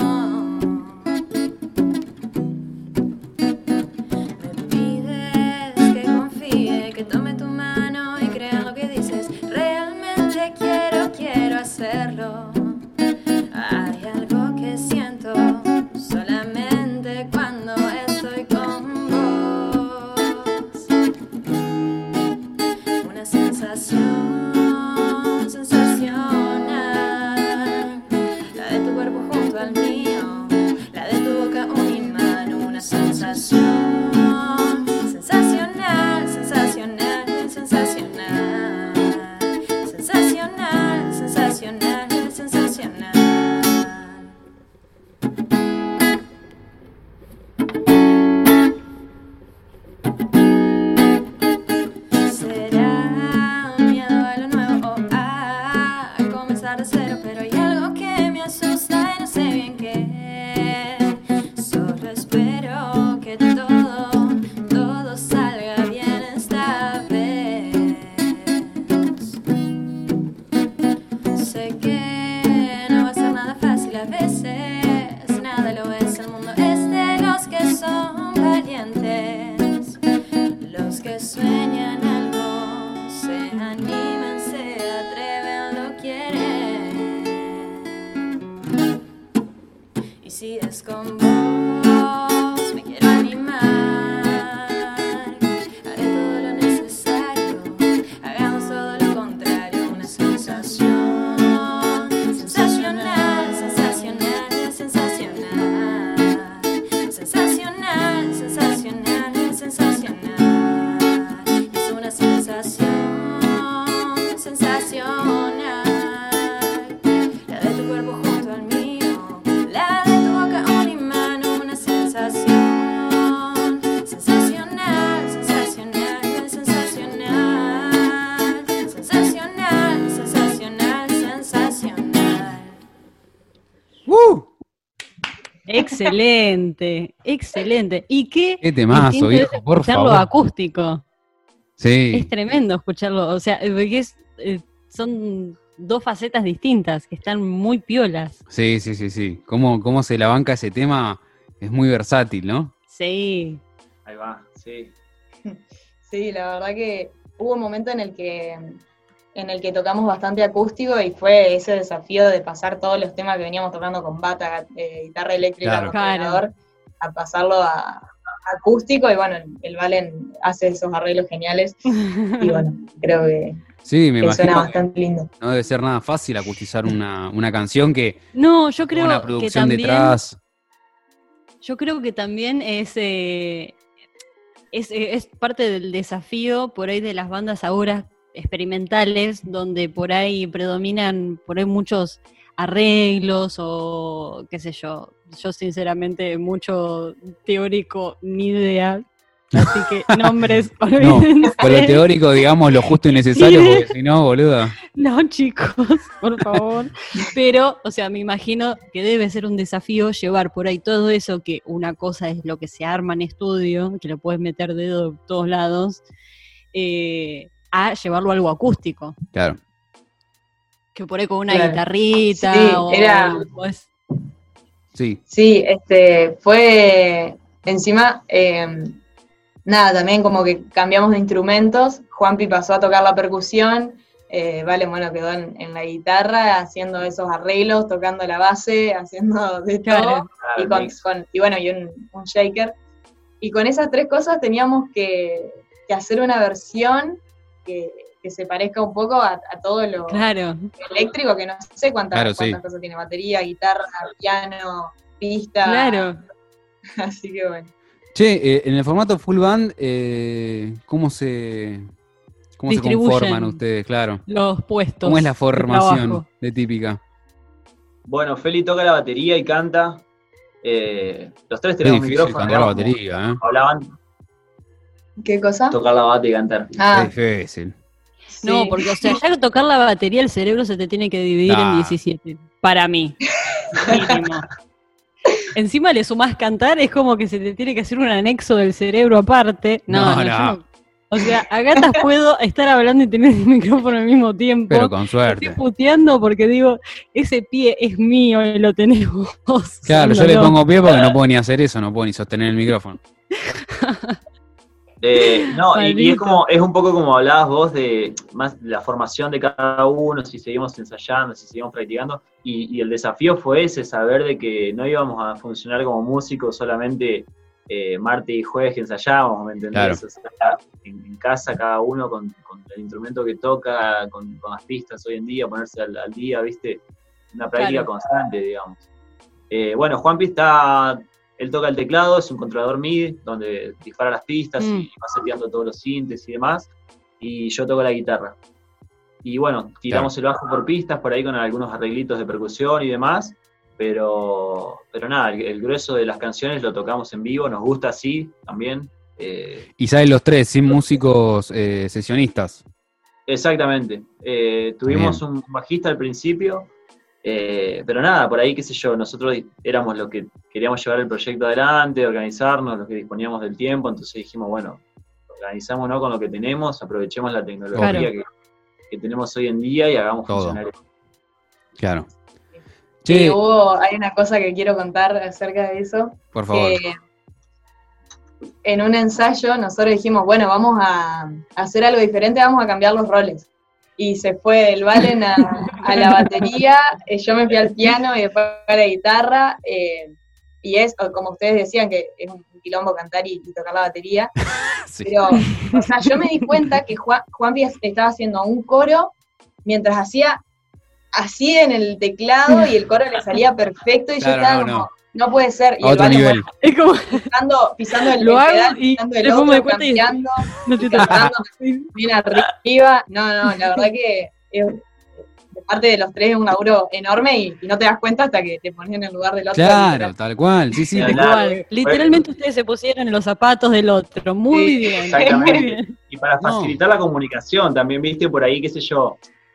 E: Me pides que confíe, que tome tu mano y crea en lo que dices. Realmente quiero hacerlo. Hay algo que siento solamente cuando estoy con vos. Una sensación sensacional. La de tu cuerpo junto al mío, la de tu boca un imán. Una sensación sensacional, sensacional, sensacional. Sensacional, sensacional, sensacional. Será miedo a lo nuevo o a comenzar de cero, pero hay algo que me asusta y no sé bien qué. Solo espero que todo salga bien esta vez. Sé que no va a ser nada fácil a veces, nada lo es, el mundo es de los que son valientes, los que sueñan algo, se animan, se atreven, lo quieren. Y si es con vos, me quiero animar, haré todo lo necesario, hagamos todo lo contrario. Una sensación sensacional, sensacional, sensacional. Sensacional, sensacional, sensacional. Es una sensación sensacional. La de tu cuerpo junto al mío, la de tu boca un imán. Una sensación sensacional, sensacional, sensacional. Sensacional, sensacional, sensacional.
B: Excelente, excelente. ¿Y qué
A: temazo,
B: distinto
A: viejo,
B: es
A: por
B: escucharlo
A: favor.
B: acústico?
A: Sí.
B: Es tremendo escucharlo, o sea, porque son dos facetas distintas que están muy piolas.
A: Sí. Cómo se la banca ese tema es muy versátil, ¿no?
B: Sí.
C: Ahí va, sí.
D: Sí, la verdad que hubo un momento en el que tocamos bastante acústico y fue ese desafío de pasar todos los temas que veníamos tocando con bata, guitarra eléctrica,
A: Claro.
D: controlador, a pasarlo a acústico, y bueno, el Valen hace esos arreglos geniales y bueno, creo que
A: Sí, me
D: suena
A: imagino que
D: bastante lindo.
A: no debe ser nada fácil acustizar una canción que
B: No, yo
A: tiene
B: creo
A: una
B: que
A: producción
B: también,
A: detrás.
B: yo creo que también es parte del desafío por ahí de las bandas ahora experimentales, donde por ahí predominan muchos arreglos o qué sé yo. Yo sinceramente mucho teórico ni idea, así que nombres,
A: No,
B: olvídense.
A: con lo teórico, digamos, lo justo y necesario, porque si no, boluda.
B: No, chicos, por favor. Pero, o sea, me imagino que debe ser un desafío llevar por ahí todo eso, que una cosa es lo que se arma en estudio, que lo puedes meter de todos lados, a llevarlo a algo acústico.
A: Claro.
B: Que por ahí con una
D: Claro.
B: guitarrita
D: Sí,
B: o
A: Sí.
D: Sí, fue encima, nada, también como que cambiamos de instrumentos, Juanpi pasó a tocar la percusión, Vale, bueno, quedó en la guitarra, haciendo esos arreglos, tocando la base, haciendo de
B: Claro.
D: todo, y bueno, y un shaker. Y con esas tres cosas teníamos que hacer una versión que se parezca un poco a todo lo
B: Claro.
D: eléctrico, que no sé cuántas
A: sí.
D: cosas tiene: batería, guitarra, piano, pista.
B: Claro.
D: Así que bueno.
A: Che, en el formato full band, ¿cómo ¿Cómo se conforman ustedes? Claro.
B: Los puestos.
A: ¿Cómo es la formación de Típica?
C: Bueno, Feli toca la batería y canta. Los tres tenemos micrófono.
A: Cantar la batería,
C: Hablaban.
D: ¿Qué cosa?
C: Tocar la bata y cantar.
A: Es difícil.
B: Sí. No, porque, o sea, ya tocar la batería, el cerebro se te tiene que dividir en 17. Para mí. Mínimo. Encima le sumás cantar, es como que se te tiene que hacer un anexo del cerebro aparte. No. O sea, a gatas puedo estar hablando y tener el micrófono al mismo tiempo.
A: Pero con suerte.
B: Estoy puteando porque digo, ese pie es mío y lo tenés vos.
A: Claro, yo le pongo pie porque no puedo ni hacer eso, no puedo ni sostener el micrófono.
C: Y es un poco como hablabas vos de más la formación de cada uno, si seguimos ensayando, si seguimos practicando, y el desafío fue ese, saber de que no íbamos a funcionar como músicos solamente martes y jueves que ensayábamos, ¿me entendés?
A: Claro.
C: O sea, en casa cada uno con el instrumento que toca, con las pistas hoy en día, ponerse al día, ¿viste? Una práctica constante, digamos. Bueno, Juanpi él toca el teclado, es un controlador MIDI, donde dispara las pistas y va seteando todos los sintes y demás, y yo toco la guitarra. Y bueno, tiramos el bajo por pistas, por ahí con algunos arreglitos de percusión y demás, pero nada, el grueso de las canciones lo tocamos en vivo, nos gusta así también.
A: Y salen los tres, sin músicos sesionistas.
C: Exactamente. Tuvimos un bajista al principio, pero nada, por ahí, qué sé yo, nosotros éramos los que queríamos llevar el proyecto adelante, organizarnos, los que disponíamos del tiempo, entonces dijimos, bueno, organizámonos con lo que tenemos, aprovechemos la tecnología que tenemos hoy en día y hagamos funcionar eso.
A: Claro.
D: Sí, hay una cosa que quiero contar acerca de eso.
A: Por favor.
D: En un ensayo nosotros dijimos, bueno, vamos a hacer algo diferente, vamos a cambiar los roles. Y se fue el Valen a la batería, yo me fui al piano y después a la guitarra, y es, como ustedes decían, que es un quilombo cantar y tocar la batería, sí. Pero, o sea, yo me di cuenta que Juanpi estaba haciendo un coro mientras hacía así en el teclado y el coro le salía perfecto y yo estaba como, no puede ser, y
A: otro nivel.
D: Es como pisando el pedal, pisando el otro, cambiando, cantando bien arriba. No, la verdad que de parte de los tres es un laburo enorme y no te das cuenta hasta que te pones en el lugar del otro.
A: Claro, tal cual, sí,
B: tal cual. Literalmente ustedes se pusieron en los zapatos del otro, muy bien.
C: Exactamente.
B: Muy bien.
C: Y para facilitar la comunicación también, viste, por ahí, qué sé yo,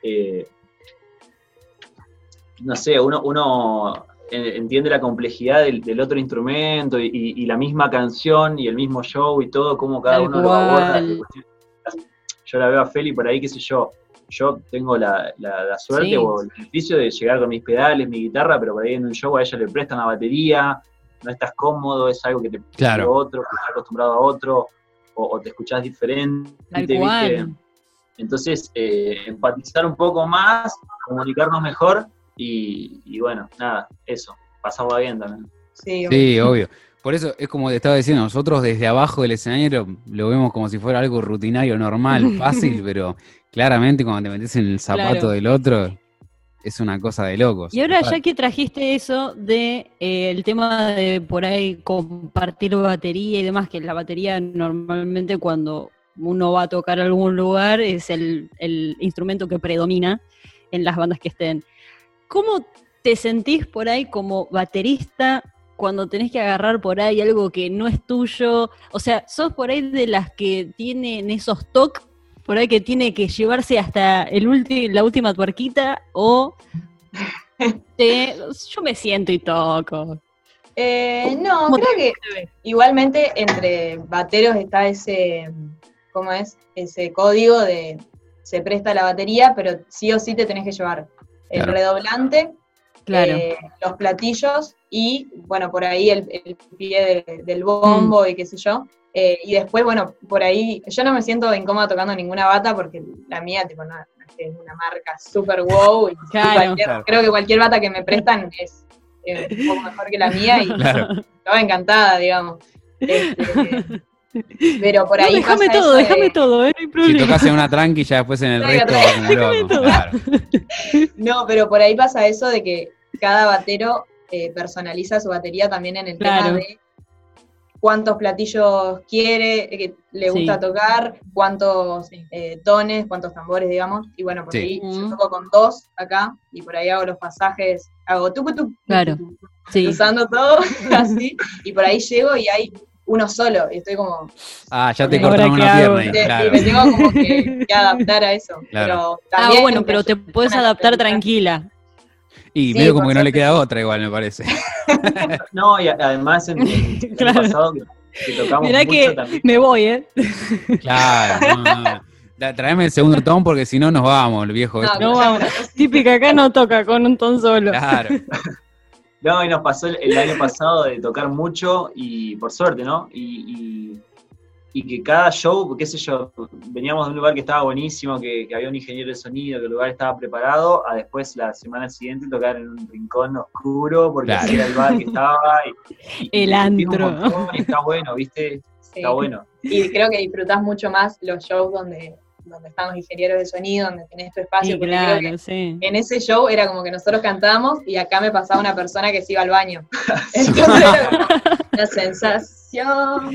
C: no sé, uno entiende la complejidad del otro instrumento y la misma canción y el mismo show y todo, cómo cada uno lo aborda. Yo la veo a Feli por ahí, qué sé yo tengo la suerte o el beneficio de llegar con mis pedales, mi guitarra, pero por ahí en un show a ella le prestan la batería, no estás cómodo, es algo que te pide otro, que estás acostumbrado a otro, o te escuchás diferente, ¿viste? Entonces, empatizar un poco más, comunicarnos mejor, y bueno, nada, eso, pasarla bien también.
A: Sí, obvio. Por eso es como te estaba diciendo, nosotros desde abajo del escenario lo vemos como si fuera algo rutinario, normal, fácil, pero claramente cuando te metes en el zapato del otro, es una cosa de locos.
B: Y ahora ya que trajiste eso de el tema de por ahí compartir batería y demás, que la batería normalmente cuando uno va a tocar a algún lugar es el instrumento que predomina en las bandas que estén. ¿Cómo te sentís por ahí como baterista cuando tenés que agarrar por ahí algo que no es tuyo? O sea, ¿sos por ahí de las que tienen esos toques, por ahí que tiene que llevarse hasta la última tuerquita, o yo me siento y toco?
D: No, creo que igualmente entre bateros está ese, ¿cómo es? Ese código de se presta la batería, pero sí o sí te tenés que llevar el redoblante, los platillos y, bueno, por ahí el pie del bombo y qué sé yo. Y después, bueno, por ahí, yo no me siento incómoda tocando ninguna bata porque la mía, tipo, no es una marca super wow. Y creo que cualquier bata que me prestan es un poco mejor que la mía y estaba encantada, digamos. Pero por ahí
B: déjame todo, no hay problema.
A: Si tocas en una tranqui, ya después en el resto va como loco. Claro.
D: No, pero por ahí pasa eso de que cada batero personaliza su batería también en el tema de cuántos platillos quiere, que le gusta tocar, cuántos tones, cuántos tambores, digamos. Y bueno, por ahí yo toco con 2 acá, y por ahí hago los pasajes, hago tucu,
B: claro.
D: Usando todo así, y por ahí llego y hay uno solo, y estoy como...
A: ya te cortaron una pierna ahí, claro.
D: Y me tengo como que adaptar a eso. Claro. Pero también
B: bueno, pero te puedes adaptar tranquila.
A: Y medio como que no le queda otra igual, me parece.
C: No, y además en el pasado que tocamos
B: mirá
C: mucho
B: que
C: también.
B: me voy,
A: Claro, no. Traeme el segundo ton porque si no nos vamos, el viejo.
B: No vamos. Típica acá no toca con un ton solo.
A: Claro.
C: No, y nos pasó el año pasado de tocar mucho y por suerte, ¿no? Y que cada show, qué sé yo, veníamos de un lugar que estaba buenísimo, que había un ingeniero de sonido, que el lugar estaba preparado, a después la semana siguiente tocar en un rincón oscuro, porque así era el bar que estaba. Y
B: el antro.
C: Y está bueno, ¿viste?
D: Sí.
C: Está bueno.
D: Y creo que disfrutás mucho más los shows donde están los ingenieros de sonido, donde tenés tu espacio.
B: Sí,
D: porque
B: claro,
D: creo que
B: sí.
D: en ese show era como que nosotros cantábamos y acá me pasaba una persona que se iba al baño. Entonces era como una sensación.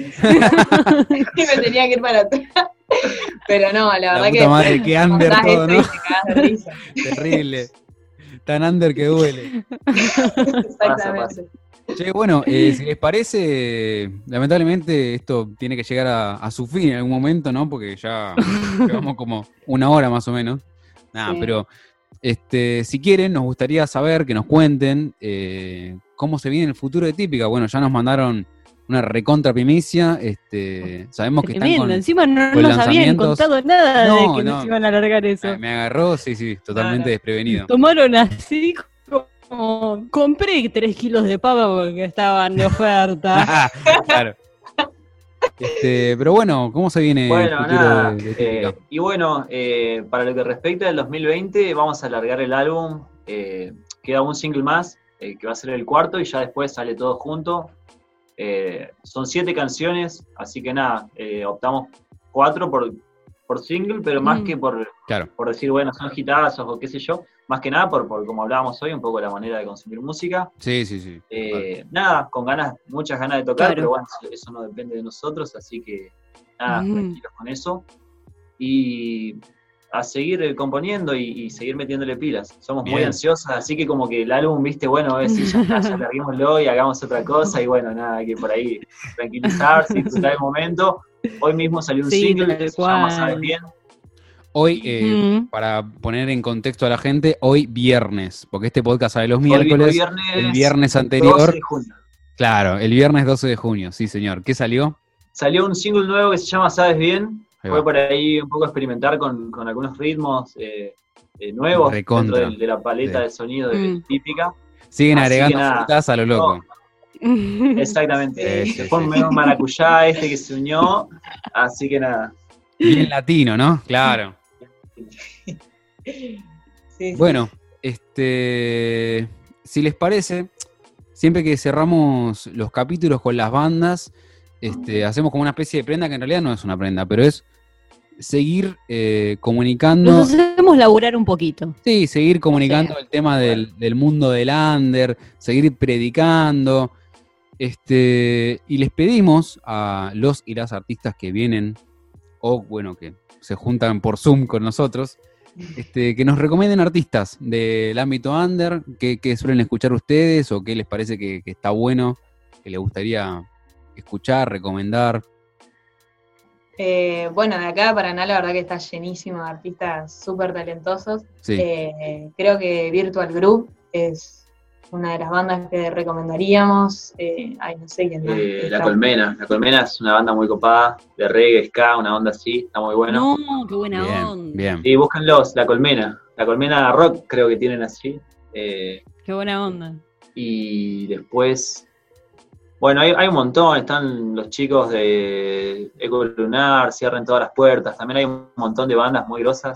D: Y me tenía que ir para atrás. Pero no, la verdad que...
A: Madre, qué under todo, ¿no?
D: Y te cagás de risa.
A: Terrible. Tan under que duele.
D: Exactamente.
A: Che, bueno, si les parece, lamentablemente esto tiene que llegar a su fin en algún momento, ¿no? Porque ya llevamos como 1 hora más o menos. Nada, sí. Pero si quieren, nos gustaría saber, que nos cuenten cómo se viene el futuro de Típica. Bueno, ya nos mandaron una recontra primicia, sabemos que están con
B: encima no nos habían contado nada de que nos iban a alargar eso.
A: Me agarró, sí, totalmente desprevenido.
B: Tomaron así como, compré 3 kilos de papa porque estaban de oferta.
A: Claro. Pero bueno, ¿cómo se viene el futuro de Típica?
C: Y bueno, para lo que respecta al 2020, vamos a alargar el álbum, queda un single más, que va a ser el 4, y ya después sale todo junto. Son 7 canciones, así que nada, optamos 4 por single, pero más que por decir, bueno, son hitazos o qué sé yo, más que nada por como hablábamos hoy, un poco la manera de consumir música.
A: Sí.
C: Nada, con muchas ganas de tocar, pero bueno, eso no depende de nosotros, así que nada, tranquilos con eso. Y a seguir componiendo y seguir metiéndole pilas. Somos muy ansiosos, así que como que el álbum, viste, bueno, ya larguémoslo y hagamos otra cosa, y bueno, nada, hay que por ahí tranquilizarse, disfrutar el momento. Hoy mismo salió un single que se llama Sabes Bien.
A: Hoy, para poner en contexto a la gente, hoy viernes, porque este podcast sale los miércoles, el viernes anterior.
C: 12 de junio.
A: Claro, el viernes 12 de junio, sí señor. ¿Qué salió?
C: Salió un single nuevo que se llama Sabes Bien.
A: Fue
C: por ahí un poco experimentar con algunos ritmos nuevos dentro de la paleta de sonido de Típica.
A: Siguen agregando frutas a lo loco.
C: Exactamente. Se fue un maracuyá que se unió, así que nada.
A: Bien latino, ¿no? Claro.
D: Sí.
A: Bueno, si les parece, siempre que cerramos los capítulos con las bandas, hacemos como una especie de prenda que en realidad no es una prenda, pero es seguir comunicando.
B: Nos hacemos laburar un poquito.
A: Sí, seguir comunicando el tema del mundo del under, seguir predicando. Y les pedimos a los y las artistas que vienen, o bueno, que se juntan por Zoom con nosotros, que nos recomienden artistas del ámbito under, que suelen escuchar ustedes, o qué les parece que está bueno, que les gustaría escuchar, recomendar.
D: Bueno, de acá Paraná la verdad que está llenísimo de artistas súper talentosos.
A: Sí.
D: Creo que Virtual Group es una de las bandas que recomendaríamos. No sé quién más.
C: La Colmena es una banda muy copada, de reggae, ska, una onda así, está muy bueno.
B: No, qué buena onda.
A: Bien.
C: Y búsquenlos, La Colmena Rock creo que tienen así.
B: Qué buena onda.
C: Y después, bueno, hay un montón, están los chicos de Eco Lunar, Cierren Todas las Puertas, también hay un montón de bandas muy grosas.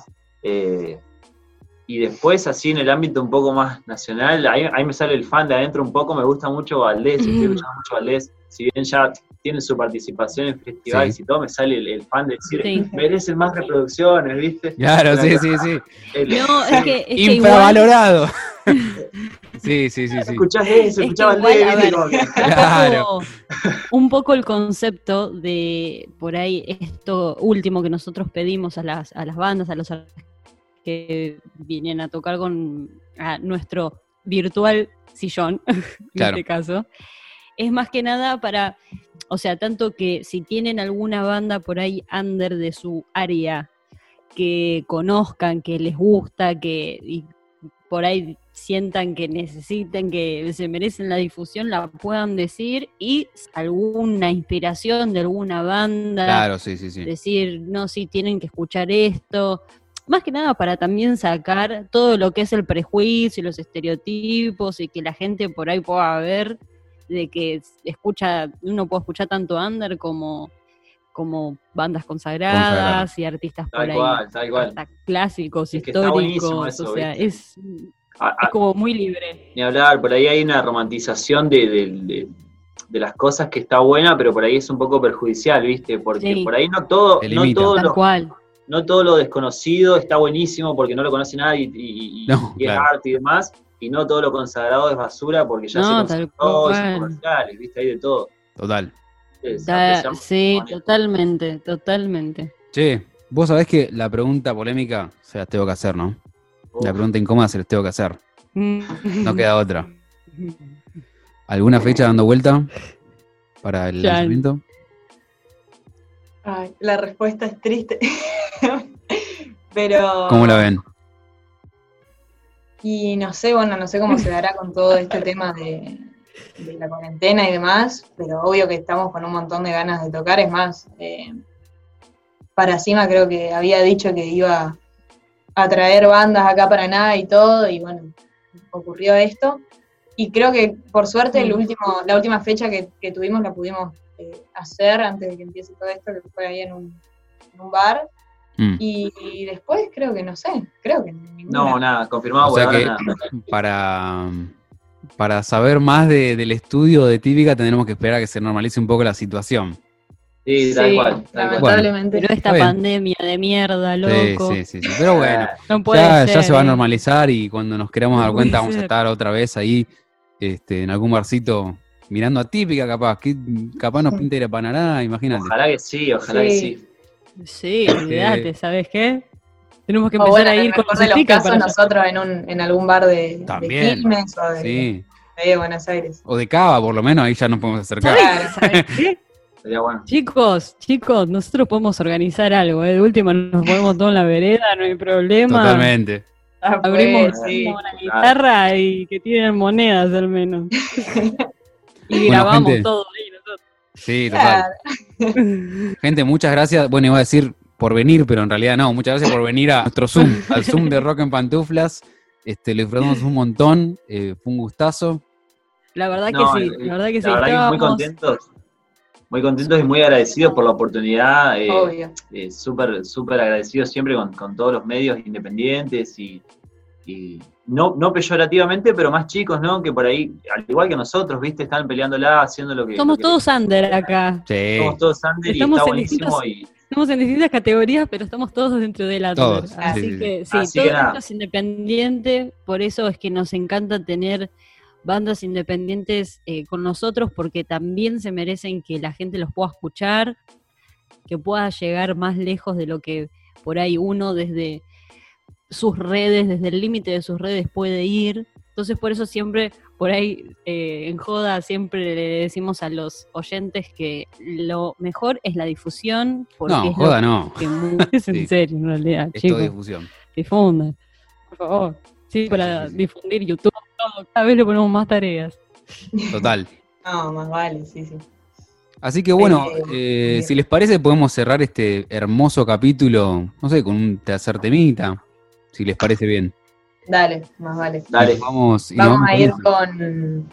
C: Y después, así en el ámbito un poco más nacional, ahí me sale el fan de adentro un poco, me gusta mucho Valdés, estoy escuchando mucho Valdés, si bien ya tiene su participación en festivales y todo, me sale el fan de decir, merecen más reproducciones, ¿viste?
A: Claro, sí.
B: No, es que
A: infravalorado. Sí.
C: Escuchás eso,
B: Es
C: escuchabas
B: que igual, a ver,
A: Claro.
B: un poco el concepto de por ahí esto último que nosotros pedimos a las bandas, a los artistas que vienen a tocar a nuestro virtual sillón, en
A: Claro.
B: este caso, es más que nada para, o sea, tanto que si tienen alguna banda por ahí under de su área que conozcan, que les gusta, y por ahí sientan que necesiten, que se merecen la difusión, la puedan decir, y alguna inspiración de alguna banda,
A: Claro, sí.
B: decir, no, sí, tienen que escuchar esto, más que nada para también sacar todo lo que es el prejuicio y los estereotipos, y que la gente por ahí pueda ver de que uno puede escuchar tanto under como bandas consagradas y artistas por ahí,
C: Tal cual.
B: hasta clásicos,
C: Es que está buenísimo
B: históricos,
C: eso,
B: o sea,
C: ¿viste?
B: es como muy libre.
C: Ni hablar, por ahí hay una romantización de las cosas que está buena, pero por ahí es un poco perjudicial, ¿viste? Porque
B: Sí.
C: por ahí no todo
B: Tal cual.
C: no todo lo desconocido está buenísimo porque no lo conoce nadie y
A: No,
C: y es
A: claro.
C: arte y demás, y no todo lo consagrado es basura porque ya
B: No,
C: se
B: tal
C: consagró y
B: cual.
C: son comerciales, ¿viste? Hay de todo.
A: Total.
B: Sí, totalmente.
A: Che, vos sabés que la pregunta polémica se las tengo que hacer, ¿no? La pregunta incómoda se las tengo que hacer. No queda otra. ¿Alguna fecha dando vuelta para el
B: Ya.
A: lanzamiento?
D: Ay, la respuesta es triste. Pero.
A: ¿Cómo la ven?
D: Y no sé cómo se dará con todo este tema de la cuarentena y demás, pero obvio que estamos con un montón de ganas de tocar. Es más, para Cima creo que había dicho que iba a traer bandas acá a Paraná y todo, y bueno, ocurrió esto. Y creo que por suerte la última fecha que tuvimos la pudimos hacer antes de que empiece todo esto, que fue ahí en un bar. Y después creo que ninguna.
C: No, nada, confirmado
A: O
C: por
A: sea
C: ahora
A: que
C: nada.
A: para saber más del estudio de Típica tendremos que esperar a que se normalice un poco la situación.
C: Sí, tal cual.
D: Lamentablemente.
B: Pero esta
A: Está bien.
B: pandemia de mierda, loco.
A: Sí. Pero bueno,
B: No puede ser.
A: ya se va a
B: ¿eh?
A: normalizar y cuando nos queramos dar
B: No
A: cuenta
B: puede
A: vamos a
B: ser.
A: estar otra vez ahí en algún barcito mirando a Típica capaz. Que capaz nos pinta ir a Panará, imagínate.
C: Ojalá que sí, ojalá que sí.
B: Sí, olvídate, ¿sabes qué? Tenemos que
D: O
B: empezar
D: bueno,
B: a
D: en
B: ir
D: el
B: con
D: mejor de los
B: stickers
D: casos,
B: para
D: nosotros en algún bar de
A: También.
D: Quilmes o
A: Sí.
D: de Buenos Aires.
A: O de Cava, por lo menos, ahí ya nos podemos acercar.
D: Claro.
B: ¿Sabes qué?
C: Sería bueno.
B: Chicos, nosotros podemos organizar algo, ¿eh? De última nos ponemos todos en la vereda, no hay problema.
A: Totalmente.
B: Abrimos
D: Sí,
B: una guitarra y que tienen monedas al menos. Y
A: Bueno,
B: grabamos
A: gente.
B: todo ahí nosotros.
A: Sí, total. Gente, muchas gracias. Bueno, iba a decir por venir, pero en realidad no. Muchas gracias por venir a nuestro Zoom, al Zoom de Rock en Pantuflas. Lo disfrutamos un montón. Fue un gustazo.
B: La verdad
C: No,
B: que sí, la verdad que sí.
C: La verdad que
B: Estábamos-
C: muy contentos y muy agradecidos por la oportunidad.
D: Obvio.
C: Súper agradecidos siempre con todos los medios independientes y no peyorativamente, pero más chicos, ¿no? Que por ahí, al igual que nosotros, ¿viste? Están peleándola, haciendo lo que...
B: Somos
C: lo que-
B: todos under acá.
A: Sí.
C: Somos todos under y
B: Estamos
C: está
B: en
C: buenísimo.
B: distintos- Estamos en distintas categorías, pero estamos todos dentro de la
A: Todos,
B: under. Así
A: sí,
B: que sí,
C: Así
B: todo
C: que nada.
B: esto es independiente, por eso es que nos encanta tener bandas independientes con nosotros, porque también se merecen que la gente los pueda escuchar, que pueda llegar más lejos de lo que por ahí uno desde sus redes, desde el límite de sus redes puede ir. Entonces por eso siempre, por ahí en joda, siempre le decimos a los oyentes que lo mejor es la difusión, porque
A: No,
B: es
A: joda
B: lo
A: no.
B: que es en
A: Sí.
B: serio, en realidad,
A: Es todo
B: chicos,
A: difusión.
B: difundan, por favor. Sí, para
A: Sí.
B: difundir YouTube, todo, cada vez le ponemos más tareas.
A: Total.
D: No, más vale, sí.
A: Así que bueno,
D: bien.
A: si les parece podemos cerrar este hermoso capítulo, no sé, con un tercer temita, si les parece bien.
D: Dale, más vale.
C: Dale.
A: Y nos vamos
D: Vamos a
A: con
D: ir
A: eso.
D: con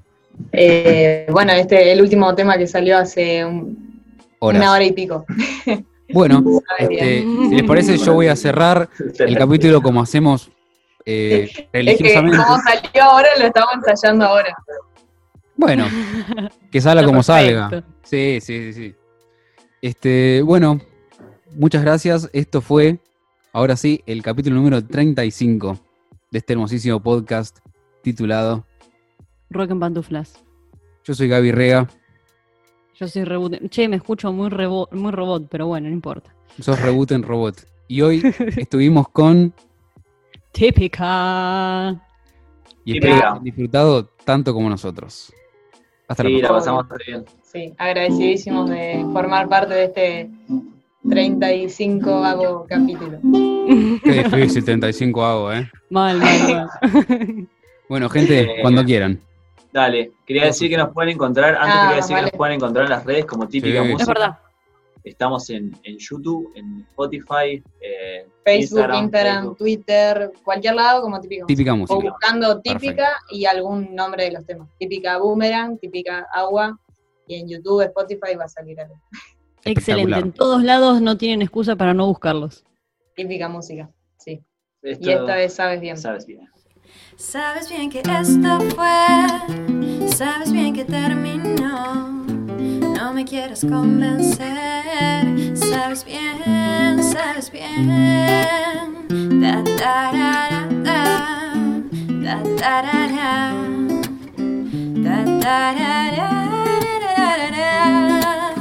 D: bueno, el último tema que salió hace
A: Horas.
D: una hora y pico.
A: Bueno,
D: Sabe bien.
A: si les parece yo voy a cerrar el capítulo como hacemos
D: Es que
A: religiosamente.
D: como salió ahora, lo estamos ensayando ahora.
A: Bueno, que salga
B: Está
A: como
B: perfecto.
A: salga. Sí. Bueno, muchas gracias. Esto fue, ahora sí, el capítulo número 35 de este hermosísimo podcast titulado
B: Rock en pantuflas.
A: Yo soy Gaby Rega.
B: Yo soy Reboot. Che, me escucho muy robot, pero bueno, no importa.
A: Sos Reboot en Robot. Y hoy estuvimos con...
B: Típica.
A: Y espero que hayan disfrutado tanto como nosotros. Hasta la próxima.
C: La pasamos muy bien.
D: Sí, agradecidísimos de formar parte de este 35º capítulo.
A: Qué difícil, 35 hago,
B: Mal.
A: Bueno, gente, cuando quieran.
C: Dale, quería decir que nos pueden encontrar, que nos pueden encontrar en las redes como Típica Música.
B: Es verdad.
C: Estamos en YouTube, en Spotify,
D: Facebook, Instagram, Twitter, cualquier lado como Típica
A: Música.
D: O buscando Típica y algún nombre de los temas. Típica Boomerang, Típica Agua, y en YouTube, Spotify va a salir algo.
B: Excelente, en todos lados no tienen excusa para no buscarlos.
D: Típica Música, sí.
C: Esto,
D: y esta vez sabes bien.
C: Sabes bien.
E: Sabes bien que esto fue, sabes bien que terminó. No me quieres convencer, sabes bien, sabes bien. Da da da da da da da da da da da.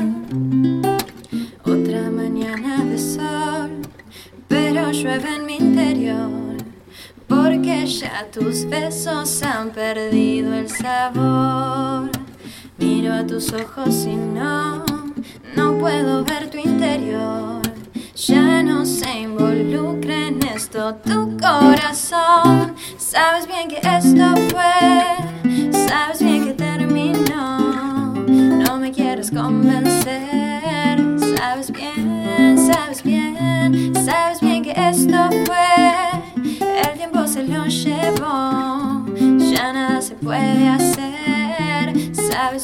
E: Otra mañana de sol, pero llueve en mi interior. Porque ya tus besos han perdido el sabor. Miro a tus ojos y no puedo ver tu interior. Ya no se involucra en esto tu corazón. Sabes bien que esto fue, sabes bien que terminó. No me quieres convencer. Sabes bien, sabes bien, sabes bien que esto fue. El tiempo se lo llevó, ya nada se puede hacer. Sabes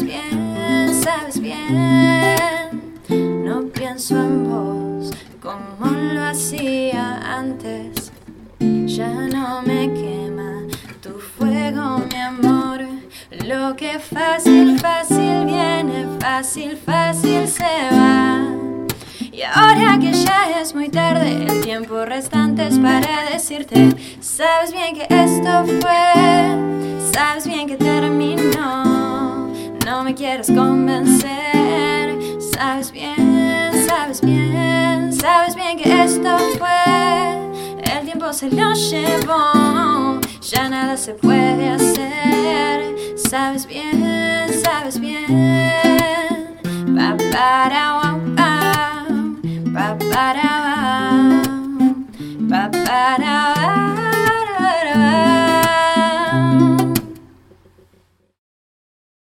E: bien, no pienso en vos como lo hacía antes. Ya no me quema tu fuego, mi amor. Lo que fácil viene, fácil se va. Y ahora que ya es muy tarde, el tiempo restante es para decirte: sabes bien que esto fue, sabes bien que terminó. No me quieres convencer. Sabes bien, sabes bien, sabes bien que esto fue. El tiempo se lo llevó, ya nada se puede hacer. Sabes bien, sabes bien.